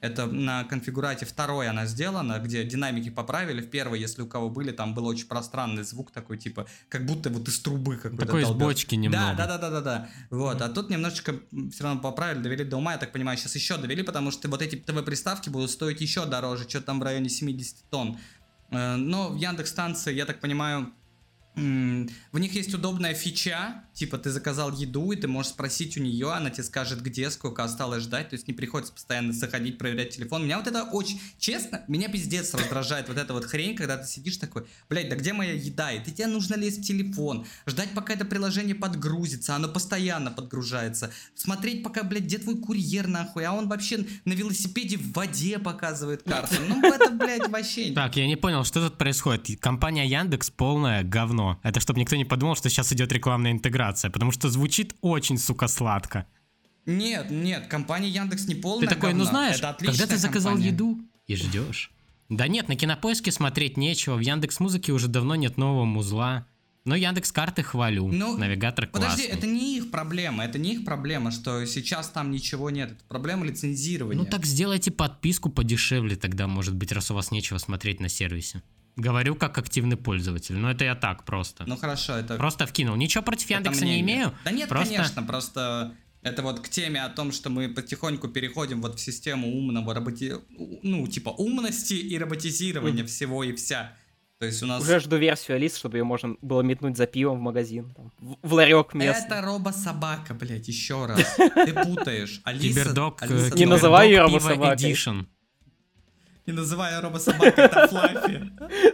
Это на конфигурате второй она сделана, где динамики поправили. В первой, если у кого были, там был очень пространный звук такой, типа, как будто вот из трубы какой-то. Такой из бочки немного. Да. Вот, а тут немножечко все равно поправили, довели до ума. Я так понимаю, сейчас еще довели, потому что вот эти ТВ-приставки будут стоить еще дороже, что-то там в районе 70 тонн. Но в Яндекс.Станции, я так понимаю, в них есть удобная фича, типа ты заказал еду, и ты можешь спросить у нее, она тебе скажет, где, сколько осталось ждать, то есть не приходится постоянно заходить, проверять телефон. Меня вот это очень, честно, меня пиздец раздражает вот эта вот хрень, когда ты сидишь такой, блядь, да где моя еда? И тебе нужно лезть в телефон, ждать, пока это приложение подгрузится, оно постоянно подгружается, смотреть, пока, блядь, где твой курьер нахуй, а он вообще на велосипеде в воде показывает карту. Ну это, блядь, вообще... Так, я не понял, что тут происходит. Компания Яндекс полное говно. Это чтобы никто не подумал, что сейчас идет рекламная интеграция, потому что звучит очень, сука, сладко. Нет, компания Яндекс не полная Ты такой, говно. ну знаешь, когда ты заказал компания. еду и ждешь. Да нет, на Кинопоиске смотреть нечего, в Яндекс.Музыке уже давно нет нового музла. Но Яндекс.Карты хвалю, навигатор классный. Подожди, это не их проблема, что сейчас там ничего нет, это проблема лицензирования. Ну так сделайте подписку подешевле тогда, может быть, раз у вас нечего смотреть на сервисе. Говорю как активный пользователь, но это я так просто. Ну хорошо, это... Просто вкинул. Ничего против Яндекса не имею. Да нет, просто... конечно, просто это вот к теме о том, что мы потихоньку переходим вот в систему умного умности и роботизирования всего и вся. То есть у нас... Уже жду версию Алисы, чтобы ее можно было метнуть за пивом в магазин. Там, в ларек местный. Это робособака, блядь, еще раз. Ты путаешь. Кибердог, не называй ее робособакой. Не называй робособакой, это Флаффи.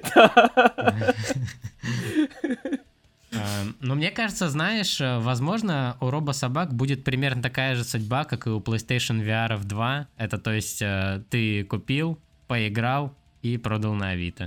Но мне кажется, знаешь, возможно, у робособак будет примерно такая же судьба, как и у PlayStation VR 2. Это то есть ты купил, поиграл и продал на Авито.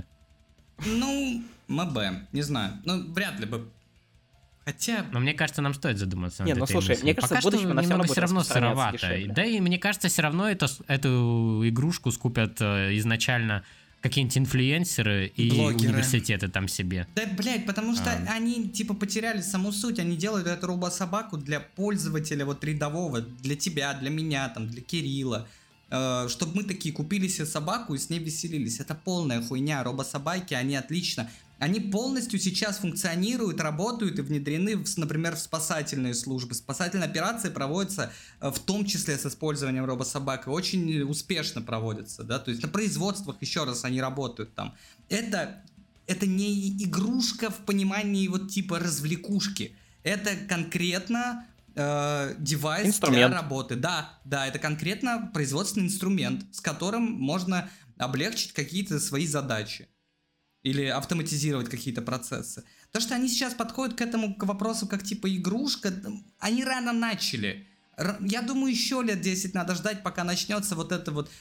Ну, МБ, не знаю. Ну, вряд ли бы. Хотя... Но мне кажется, нам стоит задуматься над этой слушай, мыслью. мне кажется, пока в будущем что она немного все равно распространяться сыровато. дешевле. Да и мне кажется, все равно эту игрушку скупят изначально какие-нибудь инфлюенсеры и блогеры. Университеты там себе. Да, блядь, потому что они, типа, потеряли саму суть. Они делают эту робособаку для пользователя вот рядового, для тебя, для меня, там, для Кирилла. Чтобы мы такие купили себе собаку и с ней веселились. Это полная хуйня. Робособаки, они отлично. Они полностью сейчас функционируют, работают и внедрены, например, в спасательные службы. Спасательные операции проводятся в том числе с использованием робособак. И очень успешно проводятся, да. То есть на производствах, еще раз, они работают там. Это не игрушка в понимании вот типа развлекушки. Это конкретно... девайс инструмент. Для работы. Да, это конкретно производственный инструмент, с которым можно облегчить какие-то свои задачи или автоматизировать какие-то процессы. То, что они сейчас подходят к вопросу как типа игрушка, они рано начали. Я думаю, еще лет 10 надо ждать, пока начнется вот эта вот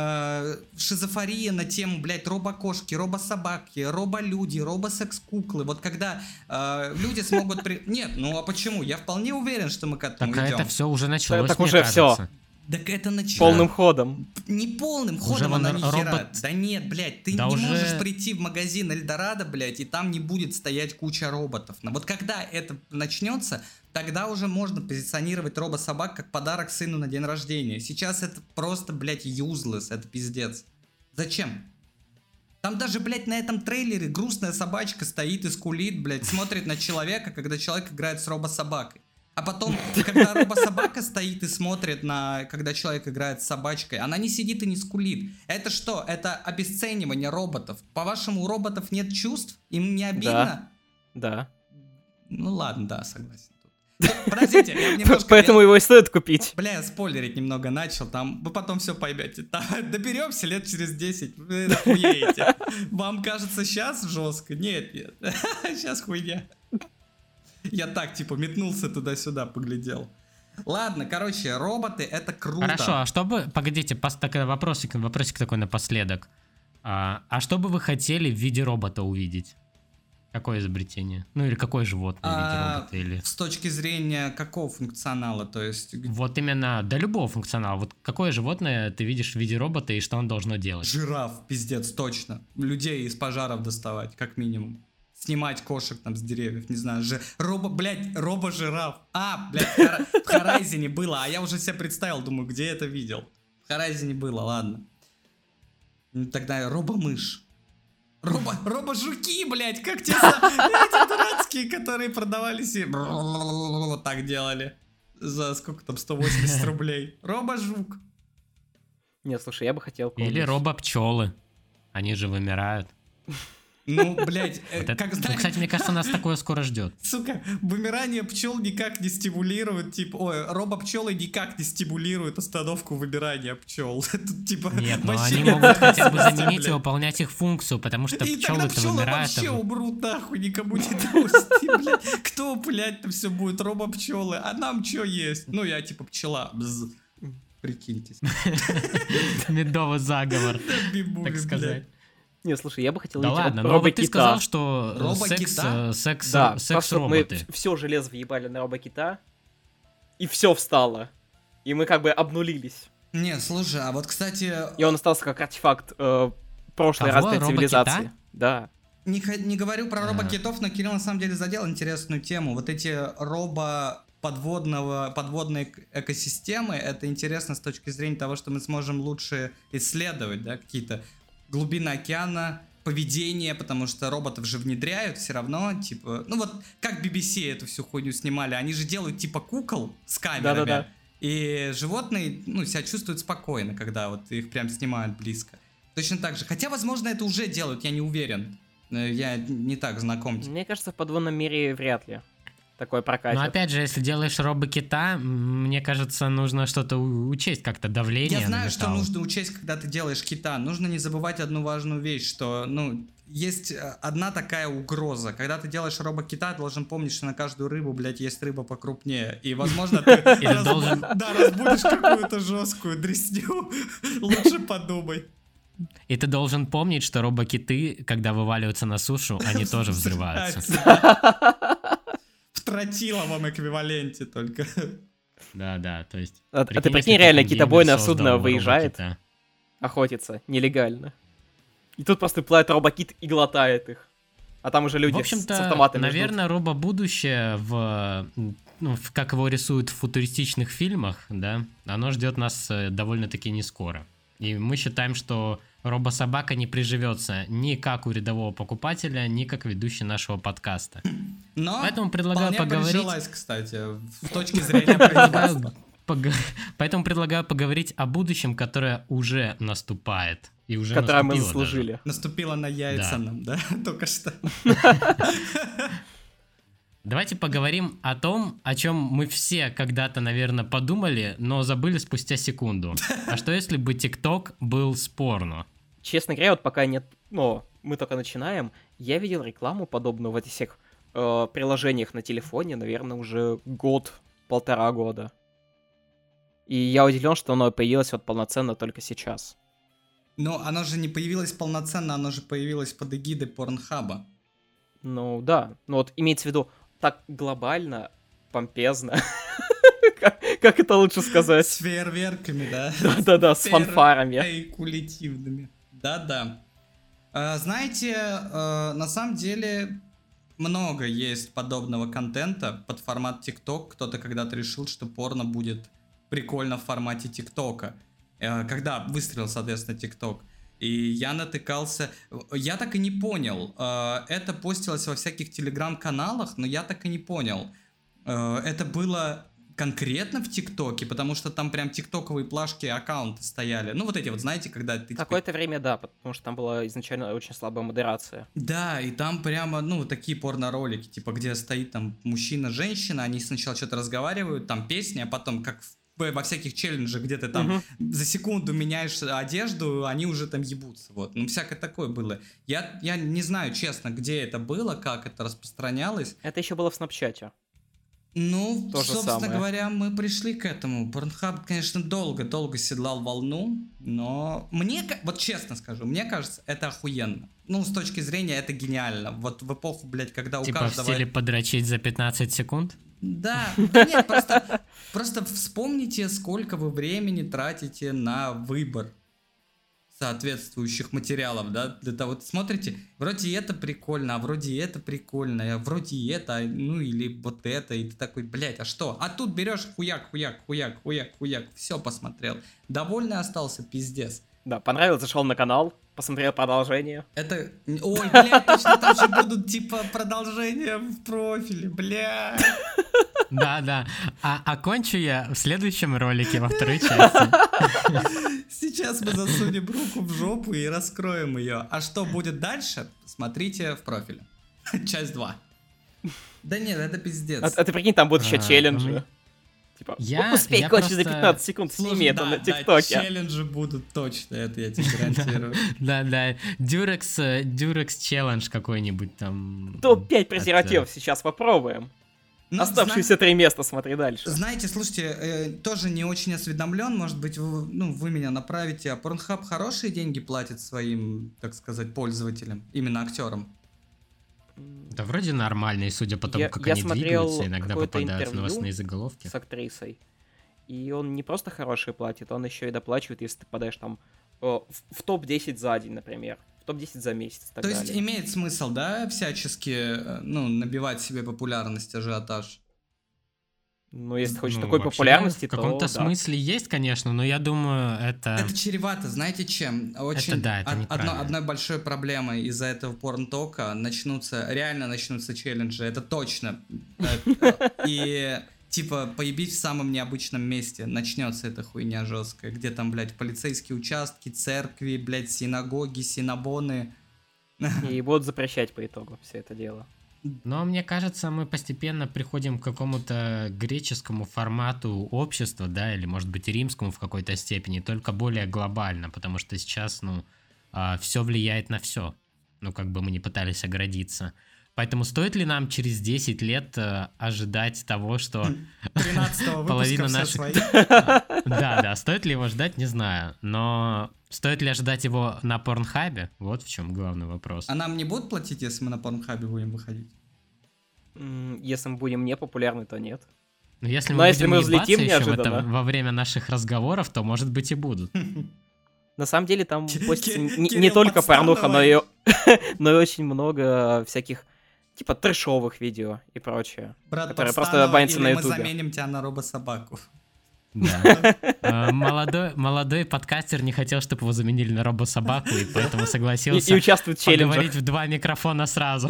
шизофрения на тему, блядь, робокошки, робособаки, роболюди, робосекс-куклы. Вот когда люди смогут... Нет, ну а почему? Я вполне уверен, что мы к этому идем. Так это все уже началось, так мне уже кажется. все. Так это начало. Полным ходом. Не полным Уже ходом она робот... нихера. Да нет, блядь, ты да не уже... можешь прийти в магазин Эльдорадо, блядь, и там не будет стоять куча роботов. Но вот когда это начнется, тогда уже можно позиционировать робособак как подарок сыну на день рождения. Сейчас это просто, блядь, useless, это пиздец. Зачем? Там даже, блядь, на этом трейлере грустная собачка стоит и скулит, блядь, смотрит на человека, когда человек играет с робособакой. А потом, когда робособака стоит и смотрит когда человек играет с собачкой, она не сидит и не скулит. Это что? Это обесценивание роботов. По-вашему, у роботов нет чувств? Им не обидно? Да. Ну ладно, да, согласен. Подождите, я немножко... Поэтому его и стоит купить. Бля, я спойлерить немного начал, там вы потом все поймете. Доберемся лет через 10, вы охуеете. Вам кажется сейчас жестко? Нет. Сейчас хуйня. Я так, типа, метнулся туда-сюда, поглядел. Ладно, короче, роботы — это круто. Хорошо, а что бы... Погодите, вопросик такой напоследок. А что бы вы хотели в виде робота увидеть? Какое изобретение? Ну или какое животное в виде робота? Или... С точки зрения какого функционала? То есть... Вот именно, да любого функционала. Вот какое животное ты видишь в виде робота и что он должно делать? Жираф, пиздец, точно. Людей из пожаров доставать, как минимум. Снимать кошек там с деревьев, не знаю, робо-жираф. Блядь, в Horizon было, а я уже себе представил, думаю, где это видел. В Horizon было, ладно. Тогда робомышь. Робо-жуки, блядь, как те эти дурацкие, которые продавались и вот так делали. За сколько там, 180 рублей. Робо-жук. Нет, слушай, я бы хотел... Или робо-пчелы. Они же вымирают. Ну, блядь, кстати, мне кажется, нас такое скоро ждет. Сука, вымирание пчел никак не стимулирует, типа, робопчелы никак не стимулируют остановку вымирания пчел. Тут, типа, нет, но они могут хотя бы заменить и выполнять их функцию, потому что и пчелы-то пчелы вымирают. Вообще умрут нахуй, никому не нужны, блядь. Кто, блядь, там все будет, робопчелы, а нам что есть? Ну, я типа пчела, прикиньтесь. Медовый заговор, так сказать. Не, слушай, я бы хотел... Да ладно, но вот ты сказал, что секс-роботы. Мы все железо въебали на робокита, и все встало. И мы как бы обнулились. Не, слушай, а вот, кстати... И он остался как артефакт прошлой развитой цивилизации. Да. Не говорю про робокитов, но Кирилл на самом деле задел интересную тему. Вот эти подводные экосистемы, это интересно с точки зрения того, что мы сможем лучше исследовать, да, какие-то глубины океана, поведение, потому что роботов же внедряют все равно, типа, ну вот как BBC эту всю хуйню снимали, они же делают типа кукол с камерами, да. И животные, ну, себя чувствуют спокойно, когда вот их прям снимают близко. Точно так же, хотя, возможно, это уже делают, я не уверен, я не так знаком. Мне кажется, в подводном мире вряд ли такое прокатит. Но опять же, если делаешь робокита, мне кажется, нужно что-то учесть, как-то давление. Я знаю, что нужно учесть, когда ты делаешь кита. Нужно не забывать одну важную вещь, что, ну, есть одна такая угроза. Когда ты делаешь робокита, ты должен помнить, что на каждую рыбу, блядь, есть рыба покрупнее. И, возможно, ты разбудишь какую-то жесткую дресню. Лучше подумай. И ты должен помнить, что робокиты, когда вываливаются на сушу, они тоже взрываются. В тротиловом эквиваленте только. Да, то есть... А ты прикинь, реально китобойное судно выезжает, охотится нелегально. И тут просто плывет робокит и глотает их. А там уже люди с автоматами наверное, робо-будущее, как его рисуют в футуристичных фильмах, да, оно ждет нас довольно-таки не скоро. И мы считаем, что робособака не приживется ни как у рядового покупателя, ни как ведущий нашего подкаста. Но поэтому предлагаю поговорить... прижилась, кстати, с точки зрения производства. Поэтому предлагаю поговорить о будущем, которое уже наступает. И уже которое мы заслужили. Наступило на яйца нам, да? Только что. Давайте поговорим о том, о чем мы все когда-то, наверное, подумали, но забыли спустя секунду. А что если бы ТикТок был с порно? Честно говоря, вот пока нет, мы только начинаем, я видел рекламу подобную в этих всех приложениях на телефоне, наверное, уже год-полтора года. И я удивлен, что оно появилось вот полноценно только сейчас. Но оно же не появилось полноценно, оно же появилось под эгидой Порнхаба. Ну да, ну вот имеется в виду так глобально, помпезно. Как это лучше сказать? С фейерверками, да? Да-да-да, с фанфарами. Спекулятивными. Да-да. Знаете, на самом деле много есть подобного контента под формат ТикТок. Кто-то когда-то решил, что порно будет прикольно в формате ТикТока. Когда выстрелил, соответственно, ТикТок. И я натыкался... Я так и не понял. Это постилось во всяких телеграм-каналах, но я так и не понял. Это было конкретно в ТикТоке, потому что там прям тиктоковые плашки аккаунты стояли. Ну, вот эти вот, знаете, когда ты... Какое-то время, да, потому что там была изначально очень слабая модерация. Да, и там прямо, ну, такие порно-ролики, типа, где стоит там мужчина-женщина, они сначала что-то разговаривают, там песни, а потом, как во всяких челленджах, где ты там за секунду меняешь одежду, они уже там ебутся, вот. Ну, всякое такое было. Я не знаю, честно, где это было, как это распространялось. Это еще было в Снапчате. Ну, собственно говоря, мы пришли к этому. Порнхаб, конечно, долго седлал волну, но вот честно скажу, мне кажется, это охуенно. Ну, с точки зрения, это гениально. Вот в эпоху, блядь, когда у каждого... Типа в стиле подрочить за 15 секунд? Да, нет, просто вспомните, сколько вы времени тратите на выбор соответствующих материалов, да, для того, вот смотрите, вроде это прикольно, а вроде это прикольно, а вроде это, ну или вот это, и ты такой, блядь, а что? А тут берешь хуяк, все посмотрел. Довольный остался, пиздец. Да, понравилось, зашел на канал, посмотрел продолжение. Это, ой, блядь, точно там же будут, типа, продолжения в профиле, блядь. Да. А окончу я в следующем ролике во второй части. Сейчас мы засунем руку в жопу и раскроем ее. А что будет дальше, смотрите в профиле. Часть 2. Да нет, это пиздец. А ты прикинь, там будут еще челленджи. Типа, успей кончить за 15 секунд, сними это на ТикТоке. Да, челленджи будут точно, это я тебе гарантирую. Да. Durex челлендж какой-нибудь там. Топ-5 презервативов сейчас попробуем. Оставшиеся 3 места, смотри дальше. Знаете, слушайте, тоже не очень осведомлен, может быть, вы меня направите, а Pornhub хорошие деньги платит своим, так сказать, пользователям, именно актерам? Да вроде нормальные, судя по тому, как они двигаются, иногда попадают в новостные заголовки. С актрисой. И он не просто хороший платит, он еще и доплачивает, если ты попадаешь там в топ-10 за день, например. В топ-10 за месяц. То есть имеет смысл, да, всячески, набивать себе популярность, ажиотаж? Ну, если ты хочешь такой популярности, то в каком-то смысле есть, конечно, но я думаю, это... Это чревато, знаете чем? Очень... Одной большой проблемой из-за этого порн-тока реально начнутся челленджи, это точно. И... Типа, поебить в самом необычном месте. Начнется эта хуйня жесткая. Где там, блядь, полицейские участки, церкви, блядь, синагоги, синабоны. И будут запрещать по итогу все это дело. Но мне кажется, мы постепенно приходим к какому-то греческому формату общества, да, или, может быть, римскому в какой-то степени, только более глобально, потому что сейчас, все влияет на все. Как бы мы ни пытались оградиться. Поэтому стоит ли нам через 10 лет ожидать того, что половина наших... Да, стоит ли его ждать, не знаю. Но стоит ли ожидать его на Порнхабе? Вот в чем главный вопрос. А нам не будут платить, если мы на Порнхабе будем выходить? Если мы будем не популярны, то нет. Но если мы взлетим неожиданно во время наших разговоров, то, может быть, и будут. На самом деле там постится не только порнуха, но и очень много всяких типа трэшовых видео и прочее. Брат, которые просто банятся на ютубе. Мы заменим тебя на робособаку. Да. Молодой подкастер не хотел, чтобы его заменили на робособаку, и поэтому согласился и участвовать в челленджах. Поговорить в 2 микрофона сразу.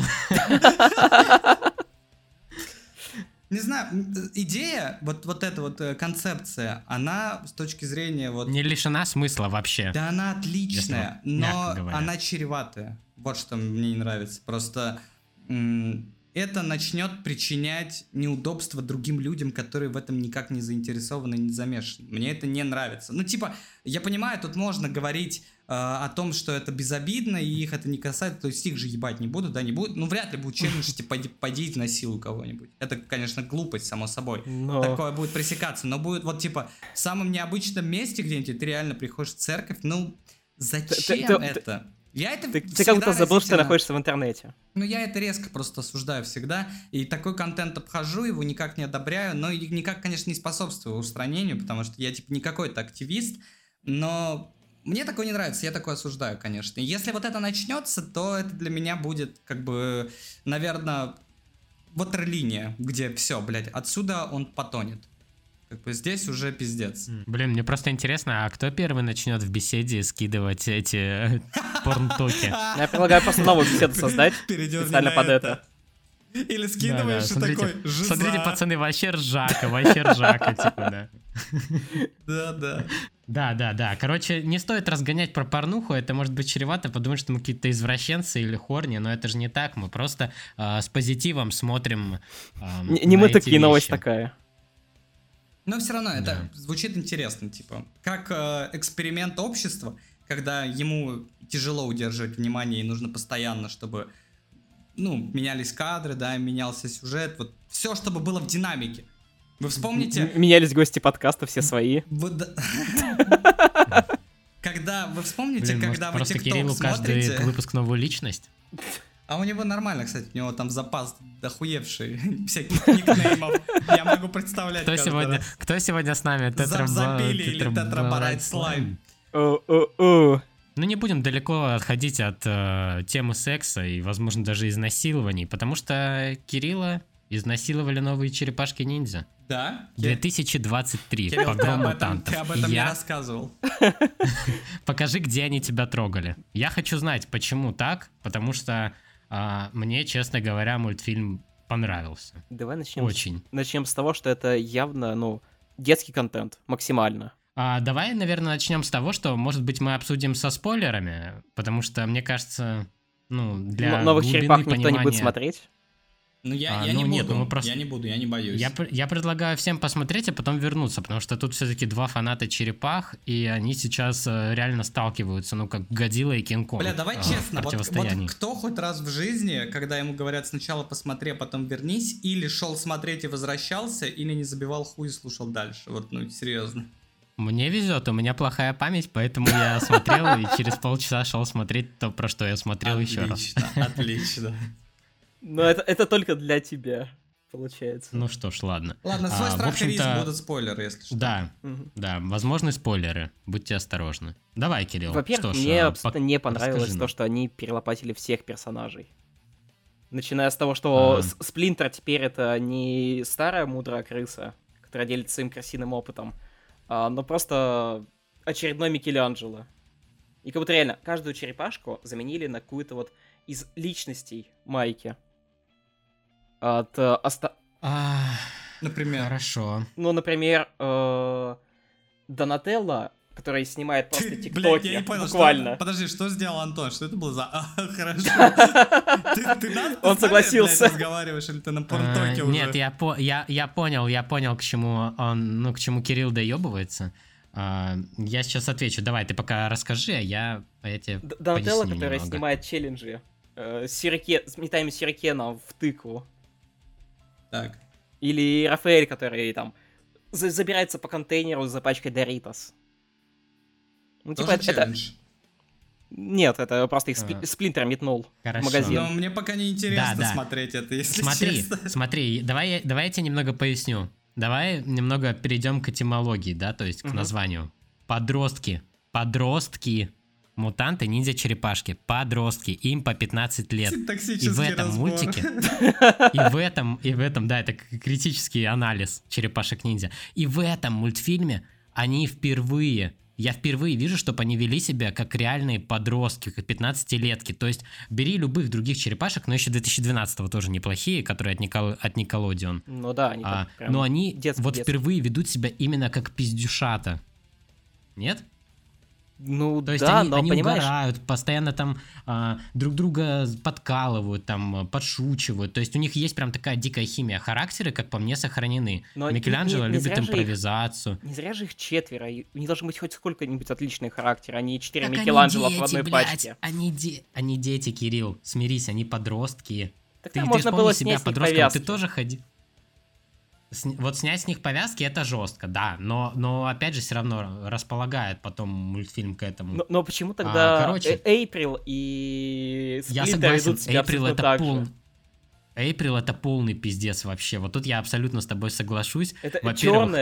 Не знаю, идея, вот эта вот концепция, она с точки зрения вот... Не лишена смысла вообще. Да она отличная, но она чреватая. Вот что мне не нравится. Просто это начнет причинять неудобства другим людям, которые в этом никак не заинтересованы, не замешаны. Мне это не нравится. Я понимаю, тут можно говорить о том, что это безобидно, и их это не касается, то есть их же ебать не будут, да, не будут. Вряд ли будет челлендж, типа, пойдите на силу кого-нибудь. Это, конечно, глупость, само собой. Такое будет пресекаться, но будет вот, типа, в самом необычном месте где-нибудь, ты реально приходишь в церковь, зачем это? Ты как будто забыл, что ты находишься в интернете. Я это резко просто осуждаю всегда, и такой контент обхожу, его никак не одобряю, но и никак, конечно, не способствую устранению, потому что я, типа, не какой-то активист, но мне такое не нравится, я такое осуждаю, конечно. И если вот это начнется, то это для меня будет, как бы, наверное, ватерлиния, где все, блядь, отсюда он потонет. Как бы здесь уже пиздец. Блин, мне просто интересно, а кто первый начнет в беседе скидывать эти порнтоки? Я предлагаю просто новую беседу создать специально под это. Или скидываешь и такой, жиза. Смотрите, пацаны, вообще ржака, типа, да. Да. Короче, не стоит разгонять про порнуху, это может быть чревато, подумать, что мы какие-то извращенцы или хорни, но это же не так, мы просто с позитивом смотрим не мы такие, новость такая. Но все равно это звучит интересно, типа, как эксперимент общества, когда ему тяжело удерживать внимание и нужно постоянно, чтобы, менялись кадры, да, менялся сюжет, вот все, чтобы было в динамике. Вы вспомните... Менялись гости подкаста, все свои. Когда, вы вспомните, когда вы просто TikTok Кириллу смотрите... каждый выпуск новую личность? А у него нормально, кстати, у него там запас дохуевший всяких никнеймов. Я могу представлять кто сегодня с нами? Забили или тетраборайт слайм. Ну, не будем далеко отходить от темы секса и, возможно, даже изнасилований, потому что Кирилла изнасиловали новые черепашки-ниндзя. Да? 2023. Кирилл, Погром ты мутантов. об этом не рассказывал. Покажи, где они тебя трогали. Я хочу знать, почему так, потому что мне, честно говоря, мультфильм понравился. Давай начнем. Очень. Начнем с того, что это явно, детский контент, максимально. Давай, наверное, начнем с того, что, может быть, мы обсудим со спойлерами, потому что, мне кажется, для новых глубины черепах никто понимания... не будет смотреть. Ну, я не нет, буду, мы просто... я не буду, я не боюсь. Я предлагаю всем посмотреть, а потом вернуться, потому что тут все-таки два фаната черепах, и они сейчас реально сталкиваются, как Годзилла и Кинг-Конг. Бля, давай честно, вот противостоянии. кто хоть раз в жизни, когда ему говорят сначала посмотри, а потом вернись, или шел смотреть и возвращался, или не забивал хуй и слушал дальше? Вот, серьезно. Мне везет, у меня плохая память, поэтому я смотрел и через полчаса шел смотреть то, про что я смотрел еще раз. Отлично. Но это только для тебя, получается. Ну что ж, ладно. Ладно, свой страх и риск будут спойлеры, если что. Да, возможны спойлеры, будьте осторожны. Давай, Кирилл. Во-первых, мне абсолютно не понравилось то, что они перелопатили всех персонажей. Начиная с того, что Сплинтер теперь это не старая мудрая крыса, которая делится своим крысиным опытом, но просто очередной Микеланджело. И как будто реально каждую черепашку заменили на какую-то вот из личностей Майки. Например. Хорошо. Например, Донателло, который снимает просто тиктоки. Блядь, я не понял, буквально. Подожди, что сделал Антон? Что это было за... Хорошо. Ты Он согласился. разговариваешь, или ты на порнтоке уже? Нет, я понял, к чему Кирилл доебывается. Я сейчас отвечу. Давай, ты пока расскажи, а я тебе Донателло, поясню который немного. снимает челленджи с метанием сюрикена в тыкву. Так. Или Рафаэль, который там забирается по контейнеру за пачкой Doritos. Тоже челлендж? Нет, это просто их Сплинтер метнул в магазин. Но мне пока не интересно смотреть это, если честно. Смотри, давай я тебе немного поясню. Давай немного перейдем к этимологии, да, то есть к названию. Подростки, мутанты, ниндзя-черепашки, подростки, им по 15 лет. И в этом мультике, и в этом, да, это критический анализ черепашек-ниндзя. И в этом мультфильме я впервые вижу, чтобы они вели себя как реальные подростки, как 15-летки. То есть бери любых других черепашек, но еще 2012-го тоже неплохие, которые от Nickelodeon. Ну да, они там прям но они детские. впервые ведут себя именно как пиздюшата. Нет? Ну то есть да, они но понимаешь... угорают, постоянно там друг друга подкалывают, там подшучивают. То есть у них есть прям такая дикая химия. Характеры, как по мне, сохранены. Но Микеланджело любит импровизацию. Не зря же их 4. У них должен быть хоть сколько-нибудь отличный характер, а не 4 Микеланджело в одной пачке. Они дети, Кирилл. Смирись, они подростки. Тогда можно было снять с них повязки. Ты тоже ходи. Вот снять с них повязки это жестко, да, но опять же все равно располагает потом мультфильм к этому. Но почему тогда Эйприл и Сплинтер ведут себя абсолютно так же? Эйприл это полный пиздец вообще. Вот тут я абсолютно с тобой соглашусь. Это во-первых,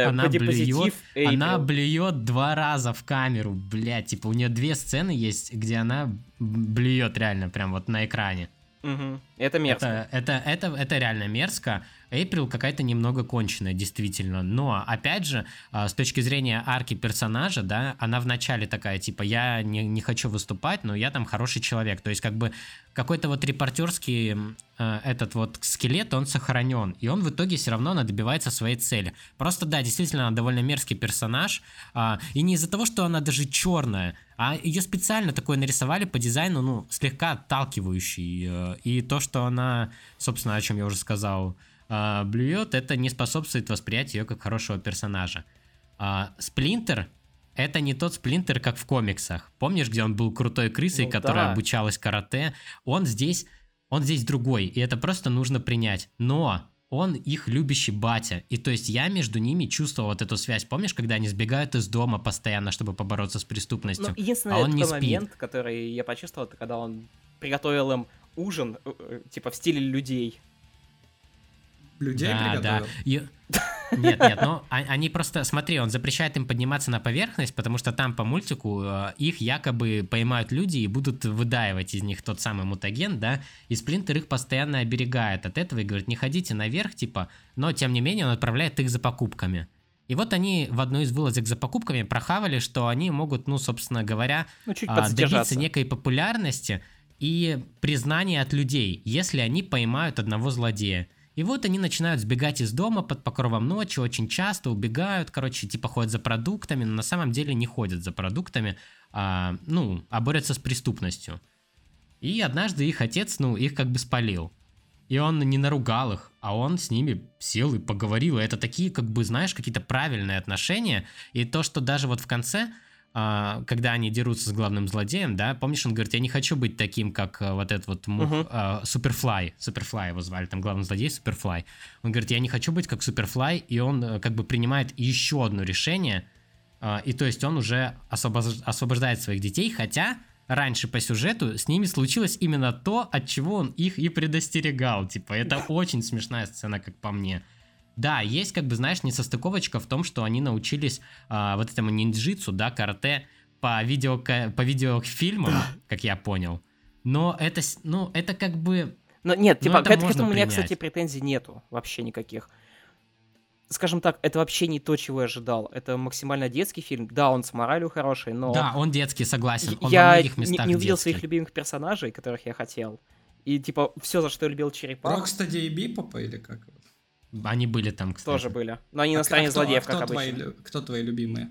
она блюет блюет 2 раза в камеру, блядь, типа у нее 2 сцены есть, где она блюет реально прям вот на экране. Угу. Это мерзко. Это реально мерзко. Эйприл какая-то немного конченая, действительно. Но, опять же, с точки зрения арки персонажа, да, она вначале такая, типа, я не хочу выступать, но я там хороший человек. То есть, как бы, какой-то вот репортерский этот вот скелет, он сохранен. И он в итоге все равно она добивается своей цели. Просто, да, действительно, она довольно мерзкий персонаж. И не из-за того, что она даже черная, а ее специально такое нарисовали по дизайну, слегка отталкивающий. И то, что она, собственно, о чем я уже сказал, блюет, это не способствует восприятию ее как хорошего персонажа. Сплинтер — это не тот Сплинтер, как в комиксах. Помнишь, где он был крутой крысой, которая обучалась карате? Он здесь другой, и это просто нужно принять. Но он их любящий батя. И то есть я между ними чувствовал вот эту связь. Помнишь, когда они сбегают из дома постоянно, чтобы побороться с преступностью? Ну, единственный такой момент, который я почувствовал, это когда он приготовил им ужин, типа в стиле людей. Людей приготовил? Нет, ну они просто, смотри, он запрещает им подниматься на поверхность, потому что там по мультику их якобы поймают люди и будут выдаивать из них тот самый мутаген, да, и Сплинтер их постоянно оберегает от этого и говорит, не ходите наверх, типа, но тем не менее он отправляет их за покупками. И вот они в одной из вылазок за покупками прохавали, что они могут, ну, собственно говоря, добиться некой популярности и признания от людей, если они поймают одного злодея. И вот они начинают сбегать из дома под покровом ночи, очень часто убегают, короче, типа ходят за продуктами, но на самом деле не ходят за продуктами, а борются с преступностью. И однажды их отец, их как бы спалил. И он не наругал их, а он с ними сел и поговорил. И это такие, как бы, знаешь, какие-то правильные отношения. И то, что даже вот в конце, когда они дерутся с главным злодеем, да, помнишь, он говорит, я не хочу быть таким, как вот этот вот Суперфлай. Суперфлай его звали, там главный злодей Суперфлай. Он говорит, я не хочу быть как Суперфлай, и он как бы принимает еще одно решение, и то есть он уже освобождает своих детей, хотя раньше по сюжету с ними случилось именно то, от чего он их и предостерегал. Типа, это очень смешная сцена, как по мне. Да, есть, как бы, знаешь, несостыковочка в том, что они научились вот этому ниндзюцу, да, карате по видеофильмам, как я понял. Но это как бы... Но нет, типа, к этому у меня, кстати, претензий нету вообще никаких. Скажем так, это вообще не то, чего я ожидал. Это максимально детский фильм. Да, он с моралью хороший, но... Да, он детский, согласен. Он я во многих местах не увидел детский. своих любимых персонажей, которых я хотел. И, типа, все, за что я любил черепах... Рокстеди и Бипопа или как? Они были там, кстати. Тоже были. Но они на стороне злодеев, как обычно. Кто твои любимые?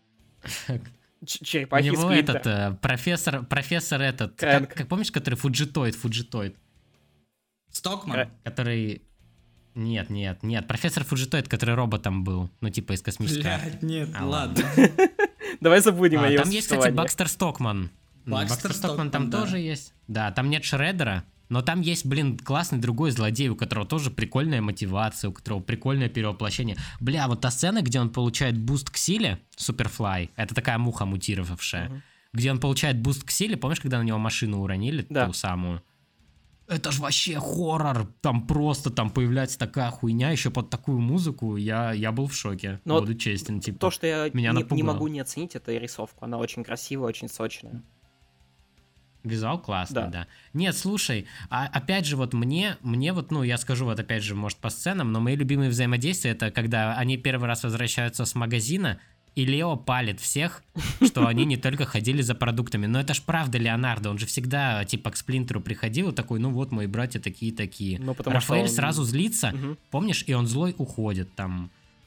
Черепахи у него Сплинтер. этот профессор этот, как помнишь, который Фуджитоид. Стокман? Который... Нет, профессор Фуджитоид, который роботом был, типа из космического. Блядь, нет, ладно. Давай забудем о его Там есть, кстати, Бакстер Стокман. Бакстер Стокман там тоже есть. Да, там нет Шреддера, но там есть, классный другой злодей, у которого тоже прикольная мотивация, у которого прикольное перевоплощение. Бля, вот та сцена, где он получает буст к силе, Суперфлай, это такая муха мутировавшая, где он получает буст к силе, помнишь, когда на него машину уронили, ту самую? Это ж вообще хоррор, там появляется такая хуйня, еще под такую музыку, я был в шоке, но буду честен, типа, то, что я меня не могу не оценить, это рисовку, она очень красивая, очень сочная. Визуал классный, да. Нет, слушай, опять же, вот мне вот, я скажу вот опять же, может, по сценам, но мои любимые взаимодействия, это когда они первый раз возвращаются с магазина, и Лео палит всех, что они не только ходили за продуктами. Но это ж правда Леонардо, он же всегда типа к Сплинтеру приходил и такой, вот мои братья такие-такие. Рафаэль сразу злится, помнишь, и он злой уходит там.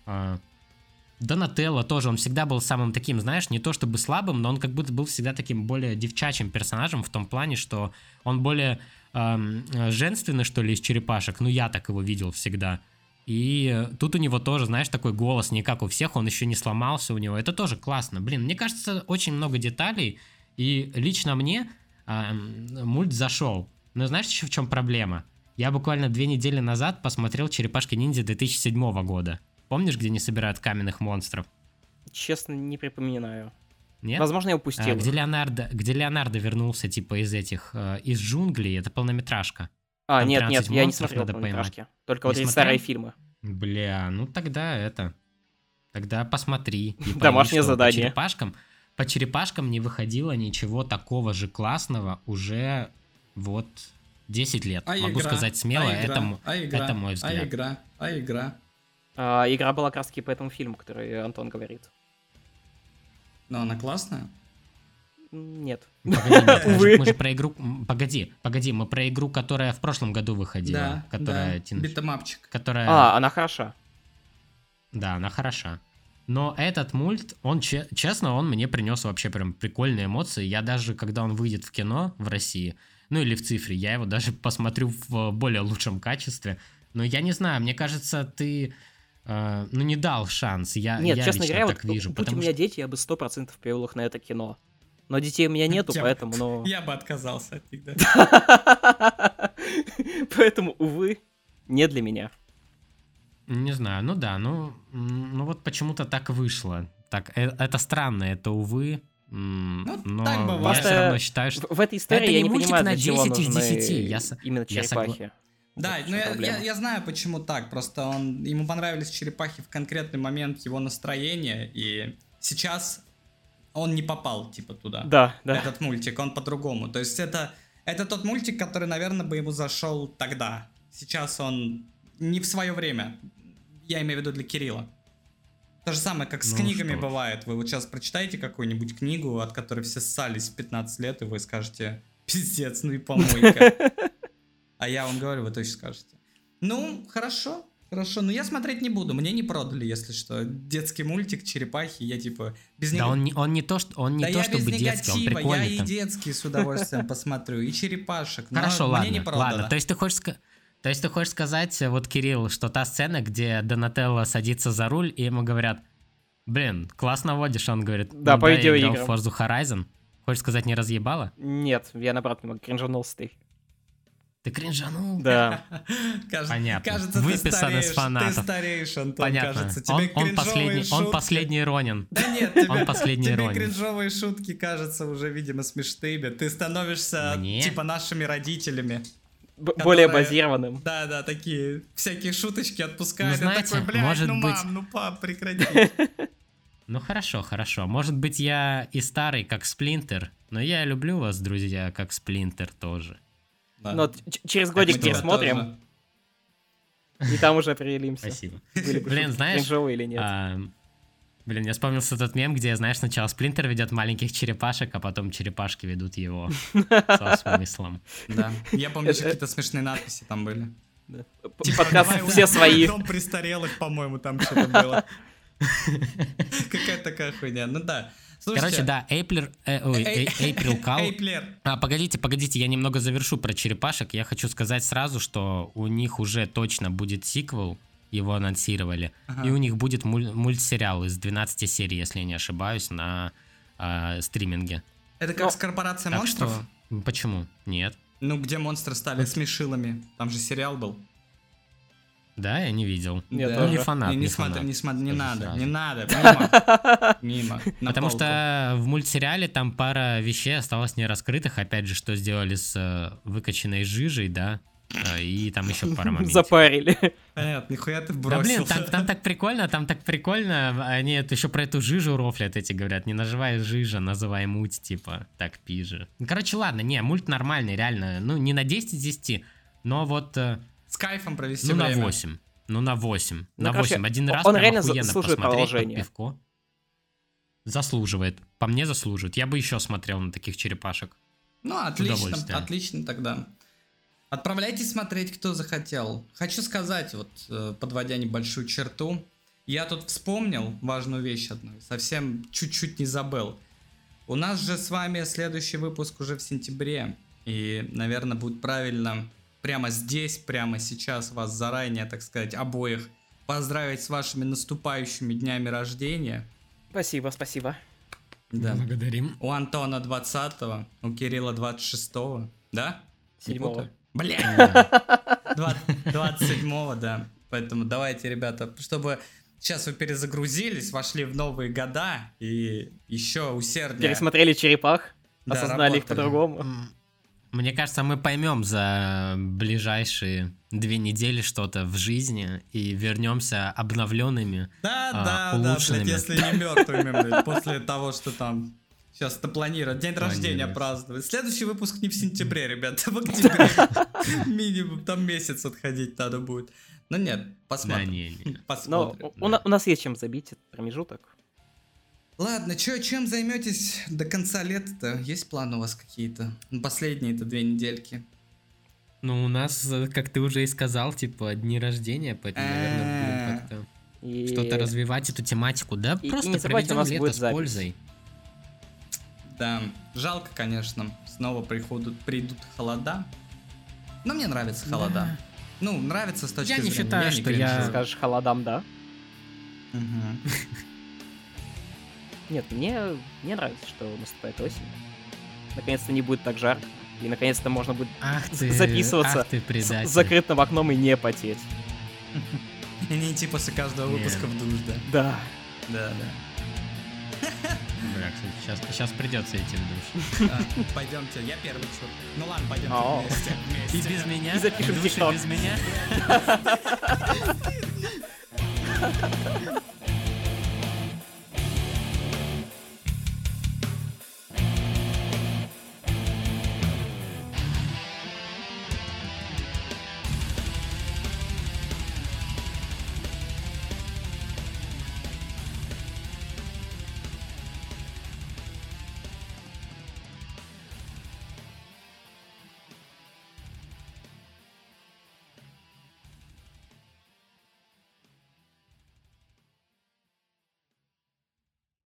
Донателло тоже, он всегда был самым таким, знаешь, не то чтобы слабым, но он как будто был всегда таким более девчачьим персонажем в том плане, что он более женственный, что ли, из черепашек. Я так его видел всегда. И тут у него тоже, знаешь, такой голос, не как у всех, он еще не сломался у него. Это тоже классно. Мне кажется, очень много деталей, и лично мне мульт зашел. Но знаешь, еще в чем проблема? Я буквально 2 недели назад посмотрел «Черепашки-ниндзя» 2007 года. Помнишь, где они собирают каменных монстров? Честно, не припоминаю. Нет? Возможно, я упустил. Где Леонардо вернулся, типа, из джунглей, это полнометражка. Там нет, я не смотрел полнометражки. Только вот эти старые фильмы. Бля, тогда посмотри. Домашнее задание. По черепашкам не выходило ничего такого же классного уже 10 лет. Могу сказать смело, это мой взгляд. Игра? Игра была как раз таки по этому фильму, который Антон говорит. Но она классная? Нет. Погоди, мы же про игру... Погоди, мы про игру, которая в прошлом году выходила. Да, битэмапчик. Она хороша. Да, она хороша. Но этот мульт, он, честно, он мне принес вообще прям прикольные эмоции. Я даже, когда он выйдет в кино в России, или в цифре, я его даже посмотрю в более лучшем качестве. Но я не знаю, мне кажется, ты... не дал шанс. Нет, честно говоря, так вижу. Будь у меня дети, я бы 100% привел их на это кино. Но детей у меня нету, поэтому... Я бы отказался от них, да. Поэтому, увы, не для меня. Не знаю, вот почему-то так вышло. Так, это странно, это, увы. Но так бывает. Я все равно считаю, что... В этой истории я не понимаю, на для чего 10 из нужны 10. именно черепахи. Да, Вот в ну чём проблема. я знаю, почему так. Просто ему понравились черепахи в конкретный момент его настроения, и сейчас он не попал, типа, туда. Да. Этот мультик, он по-другому. То есть это тот мультик, который, наверное, бы ему зашел тогда. Сейчас он не в свое время. Я имею в виду для Кирилла. То же самое, как с Ну книгами что ж. бывает. Вы вот сейчас прочитаете какую-нибудь книгу, от которой все ссались в 15 лет, и вы скажете: пиздец, ну и помойка. А я вам говорю, вы точно скажете. Ну, хорошо. Но я смотреть не буду. Мне не продали, если что. Детский мультик, черепахи, я типа без Да, него. он не то, чтобы детский, он Я и прикольный. детский с удовольствием посмотрю, и черепашек. Но Хорошо, мне не продано. ладно. То есть ты хочешь сказать, вот, Кирилл, что та сцена, где Донателло садится за руль, и ему говорят: блин, классно водишь, он говорит: Да, ну по я играл видеоиграм. в Forza Horizon. Хочешь сказать, не разъебало? Нет, я наоборот немного кринжанул с ты. Ты кринжанул? Да. Понятно. Кажется, Выписан из ты фанатов. стареешь, Антон, Понятно. кажется. Тебе кринжовые Он шутки- последний Ронин. Да нет, Он последний тебе Ронин. кринжовые шутки кажутся уже, видимо, смешными. Ты становишься, Мне? типа, нашими родителями. Более базированным. Да, такие всякие шуточки отпускают. Ну, Я знаете, такой, блядь, может ну быть- мам, ну пап, прекрати. Ну хорошо. Может быть, я и старый, как Сплинтер, но я люблю вас, друзья, как Сплинтер тоже. Но через годик Мы тебя пересмотрим, и там уже определимся. Спасибо. Были бы Блин, шутки знаешь, кринжовые или нет. Блин, я вспомнился тот мем, где, знаешь, сначала Сплинтер ведет маленьких черепашек, а потом черепашки ведут его со смыслом. Да. Я помню, еще какие-то смешные надписи там были. Подкаст Давай все свои. Дом престарелых, по-моему, там что-то было. Какая-то такая хуйня. Ну да. Короче, да, April Cow. Эйплер. Погодите, я немного завершу про черепашек. Я хочу сказать сразу, что у них уже точно будет сиквел, его анонсировали, и у них будет мультсериал из 12 серий, если я не ошибаюсь, на стриминге. Это как с корпорацией Так монстров? что... Почему? Нет. Ну, где монстры стали смешилами. Там же сериал был. Да, я не видел. Нет, Да. тоже. Не фанат, Не фанат. смотри, не Скажу сразу. надо. Мимо. На Потому полку. что в мультсериале там пара вещей осталось нераскрытых. Опять же, что сделали с выкачанной жижей, да? И там еще пара моментов. Запарили. Понятно, нихуя ты Да блин, бросил. там так прикольно. Они это еще про эту жижу рофлят, эти говорят. Не называй жижа, называй муть, типа, так пизже. Ну, короче, ладно, мульт нормальный, реально. Ну, не на 10 из 10, но вот... С кайфом провести Ну, на время. 8. На 8. Ну, На короче, 8. Один раз он прям реально охуенно заслуживает посмотреть под продолжения. пивко. Заслуживает. По мне заслуживает. Я бы еще смотрел на таких черепашек. Ну, удовольствием. отлично тогда. Отправляйтесь смотреть, кто захотел. Хочу сказать, вот, подводя небольшую черту, я тут вспомнил важную вещь одну, совсем чуть-чуть не забыл. У нас же с вами следующий выпуск уже в сентябре, и, наверное, будет правильно прямо здесь, прямо сейчас вас заранее, так сказать, обоих поздравить с вашими наступающими днями рождения. Спасибо. Да. Благодарим. У Антона 20-го, у Кирилла 26-го, да? Не 7-го. путаю? Блядь. 27-го, да. Поэтому давайте, ребята, чтобы сейчас вы перезагрузились, вошли в новые года и еще усерднее. Пересмотрели черепах, Да, осознали их работали. по-другому. Мне кажется, мы поймем за ближайшие 2 недели что-то в жизни и вернемся обновленными. Да, улучшенными. блядь, если не мертвыми, блядь, после того, что там сейчас-то планируют. День рождения Планируют. праздновать. Следующий выпуск не в сентябре, ребята, в октябре. Минимум, там месяц отходить надо будет. Но нет, Да, посмотрим. не. Но Посмотрим. у нас есть чем забить этот промежуток. Ладно, чем займетесь до конца лета-то? Есть планы у вас какие-то? Ну, последние-то 2 недельки. Ну, у нас, как ты уже и сказал, типа, дни рождения, поэтому, наверное, будем как-то И... что-то развивать эту тематику. Да, И просто не забывайте, у проведем нас лето будет с запись. пользой. Да, жалко, конечно, снова придут холода. Но мне нравятся холода. Да. Ну, нравится с точки Я не зрения. считаю, не что кринжу. я- Скажешь холодам, да? Мгм. Нет, мне нравится, что наступает осень. Наконец-то не будет так жарко. И наконец-то можно будет Ах ты, записываться ах ты с предатель. закрытым окном и не потеть. И не идти после каждого Не. выпуска в душ, да? Да. Да. Бля, кстати, сейчас придется идти в душ. Пойдемте, я первый чур. Ну ладно, пойдемте вместе. И без меня? И запишем В душе TikTok. без меня?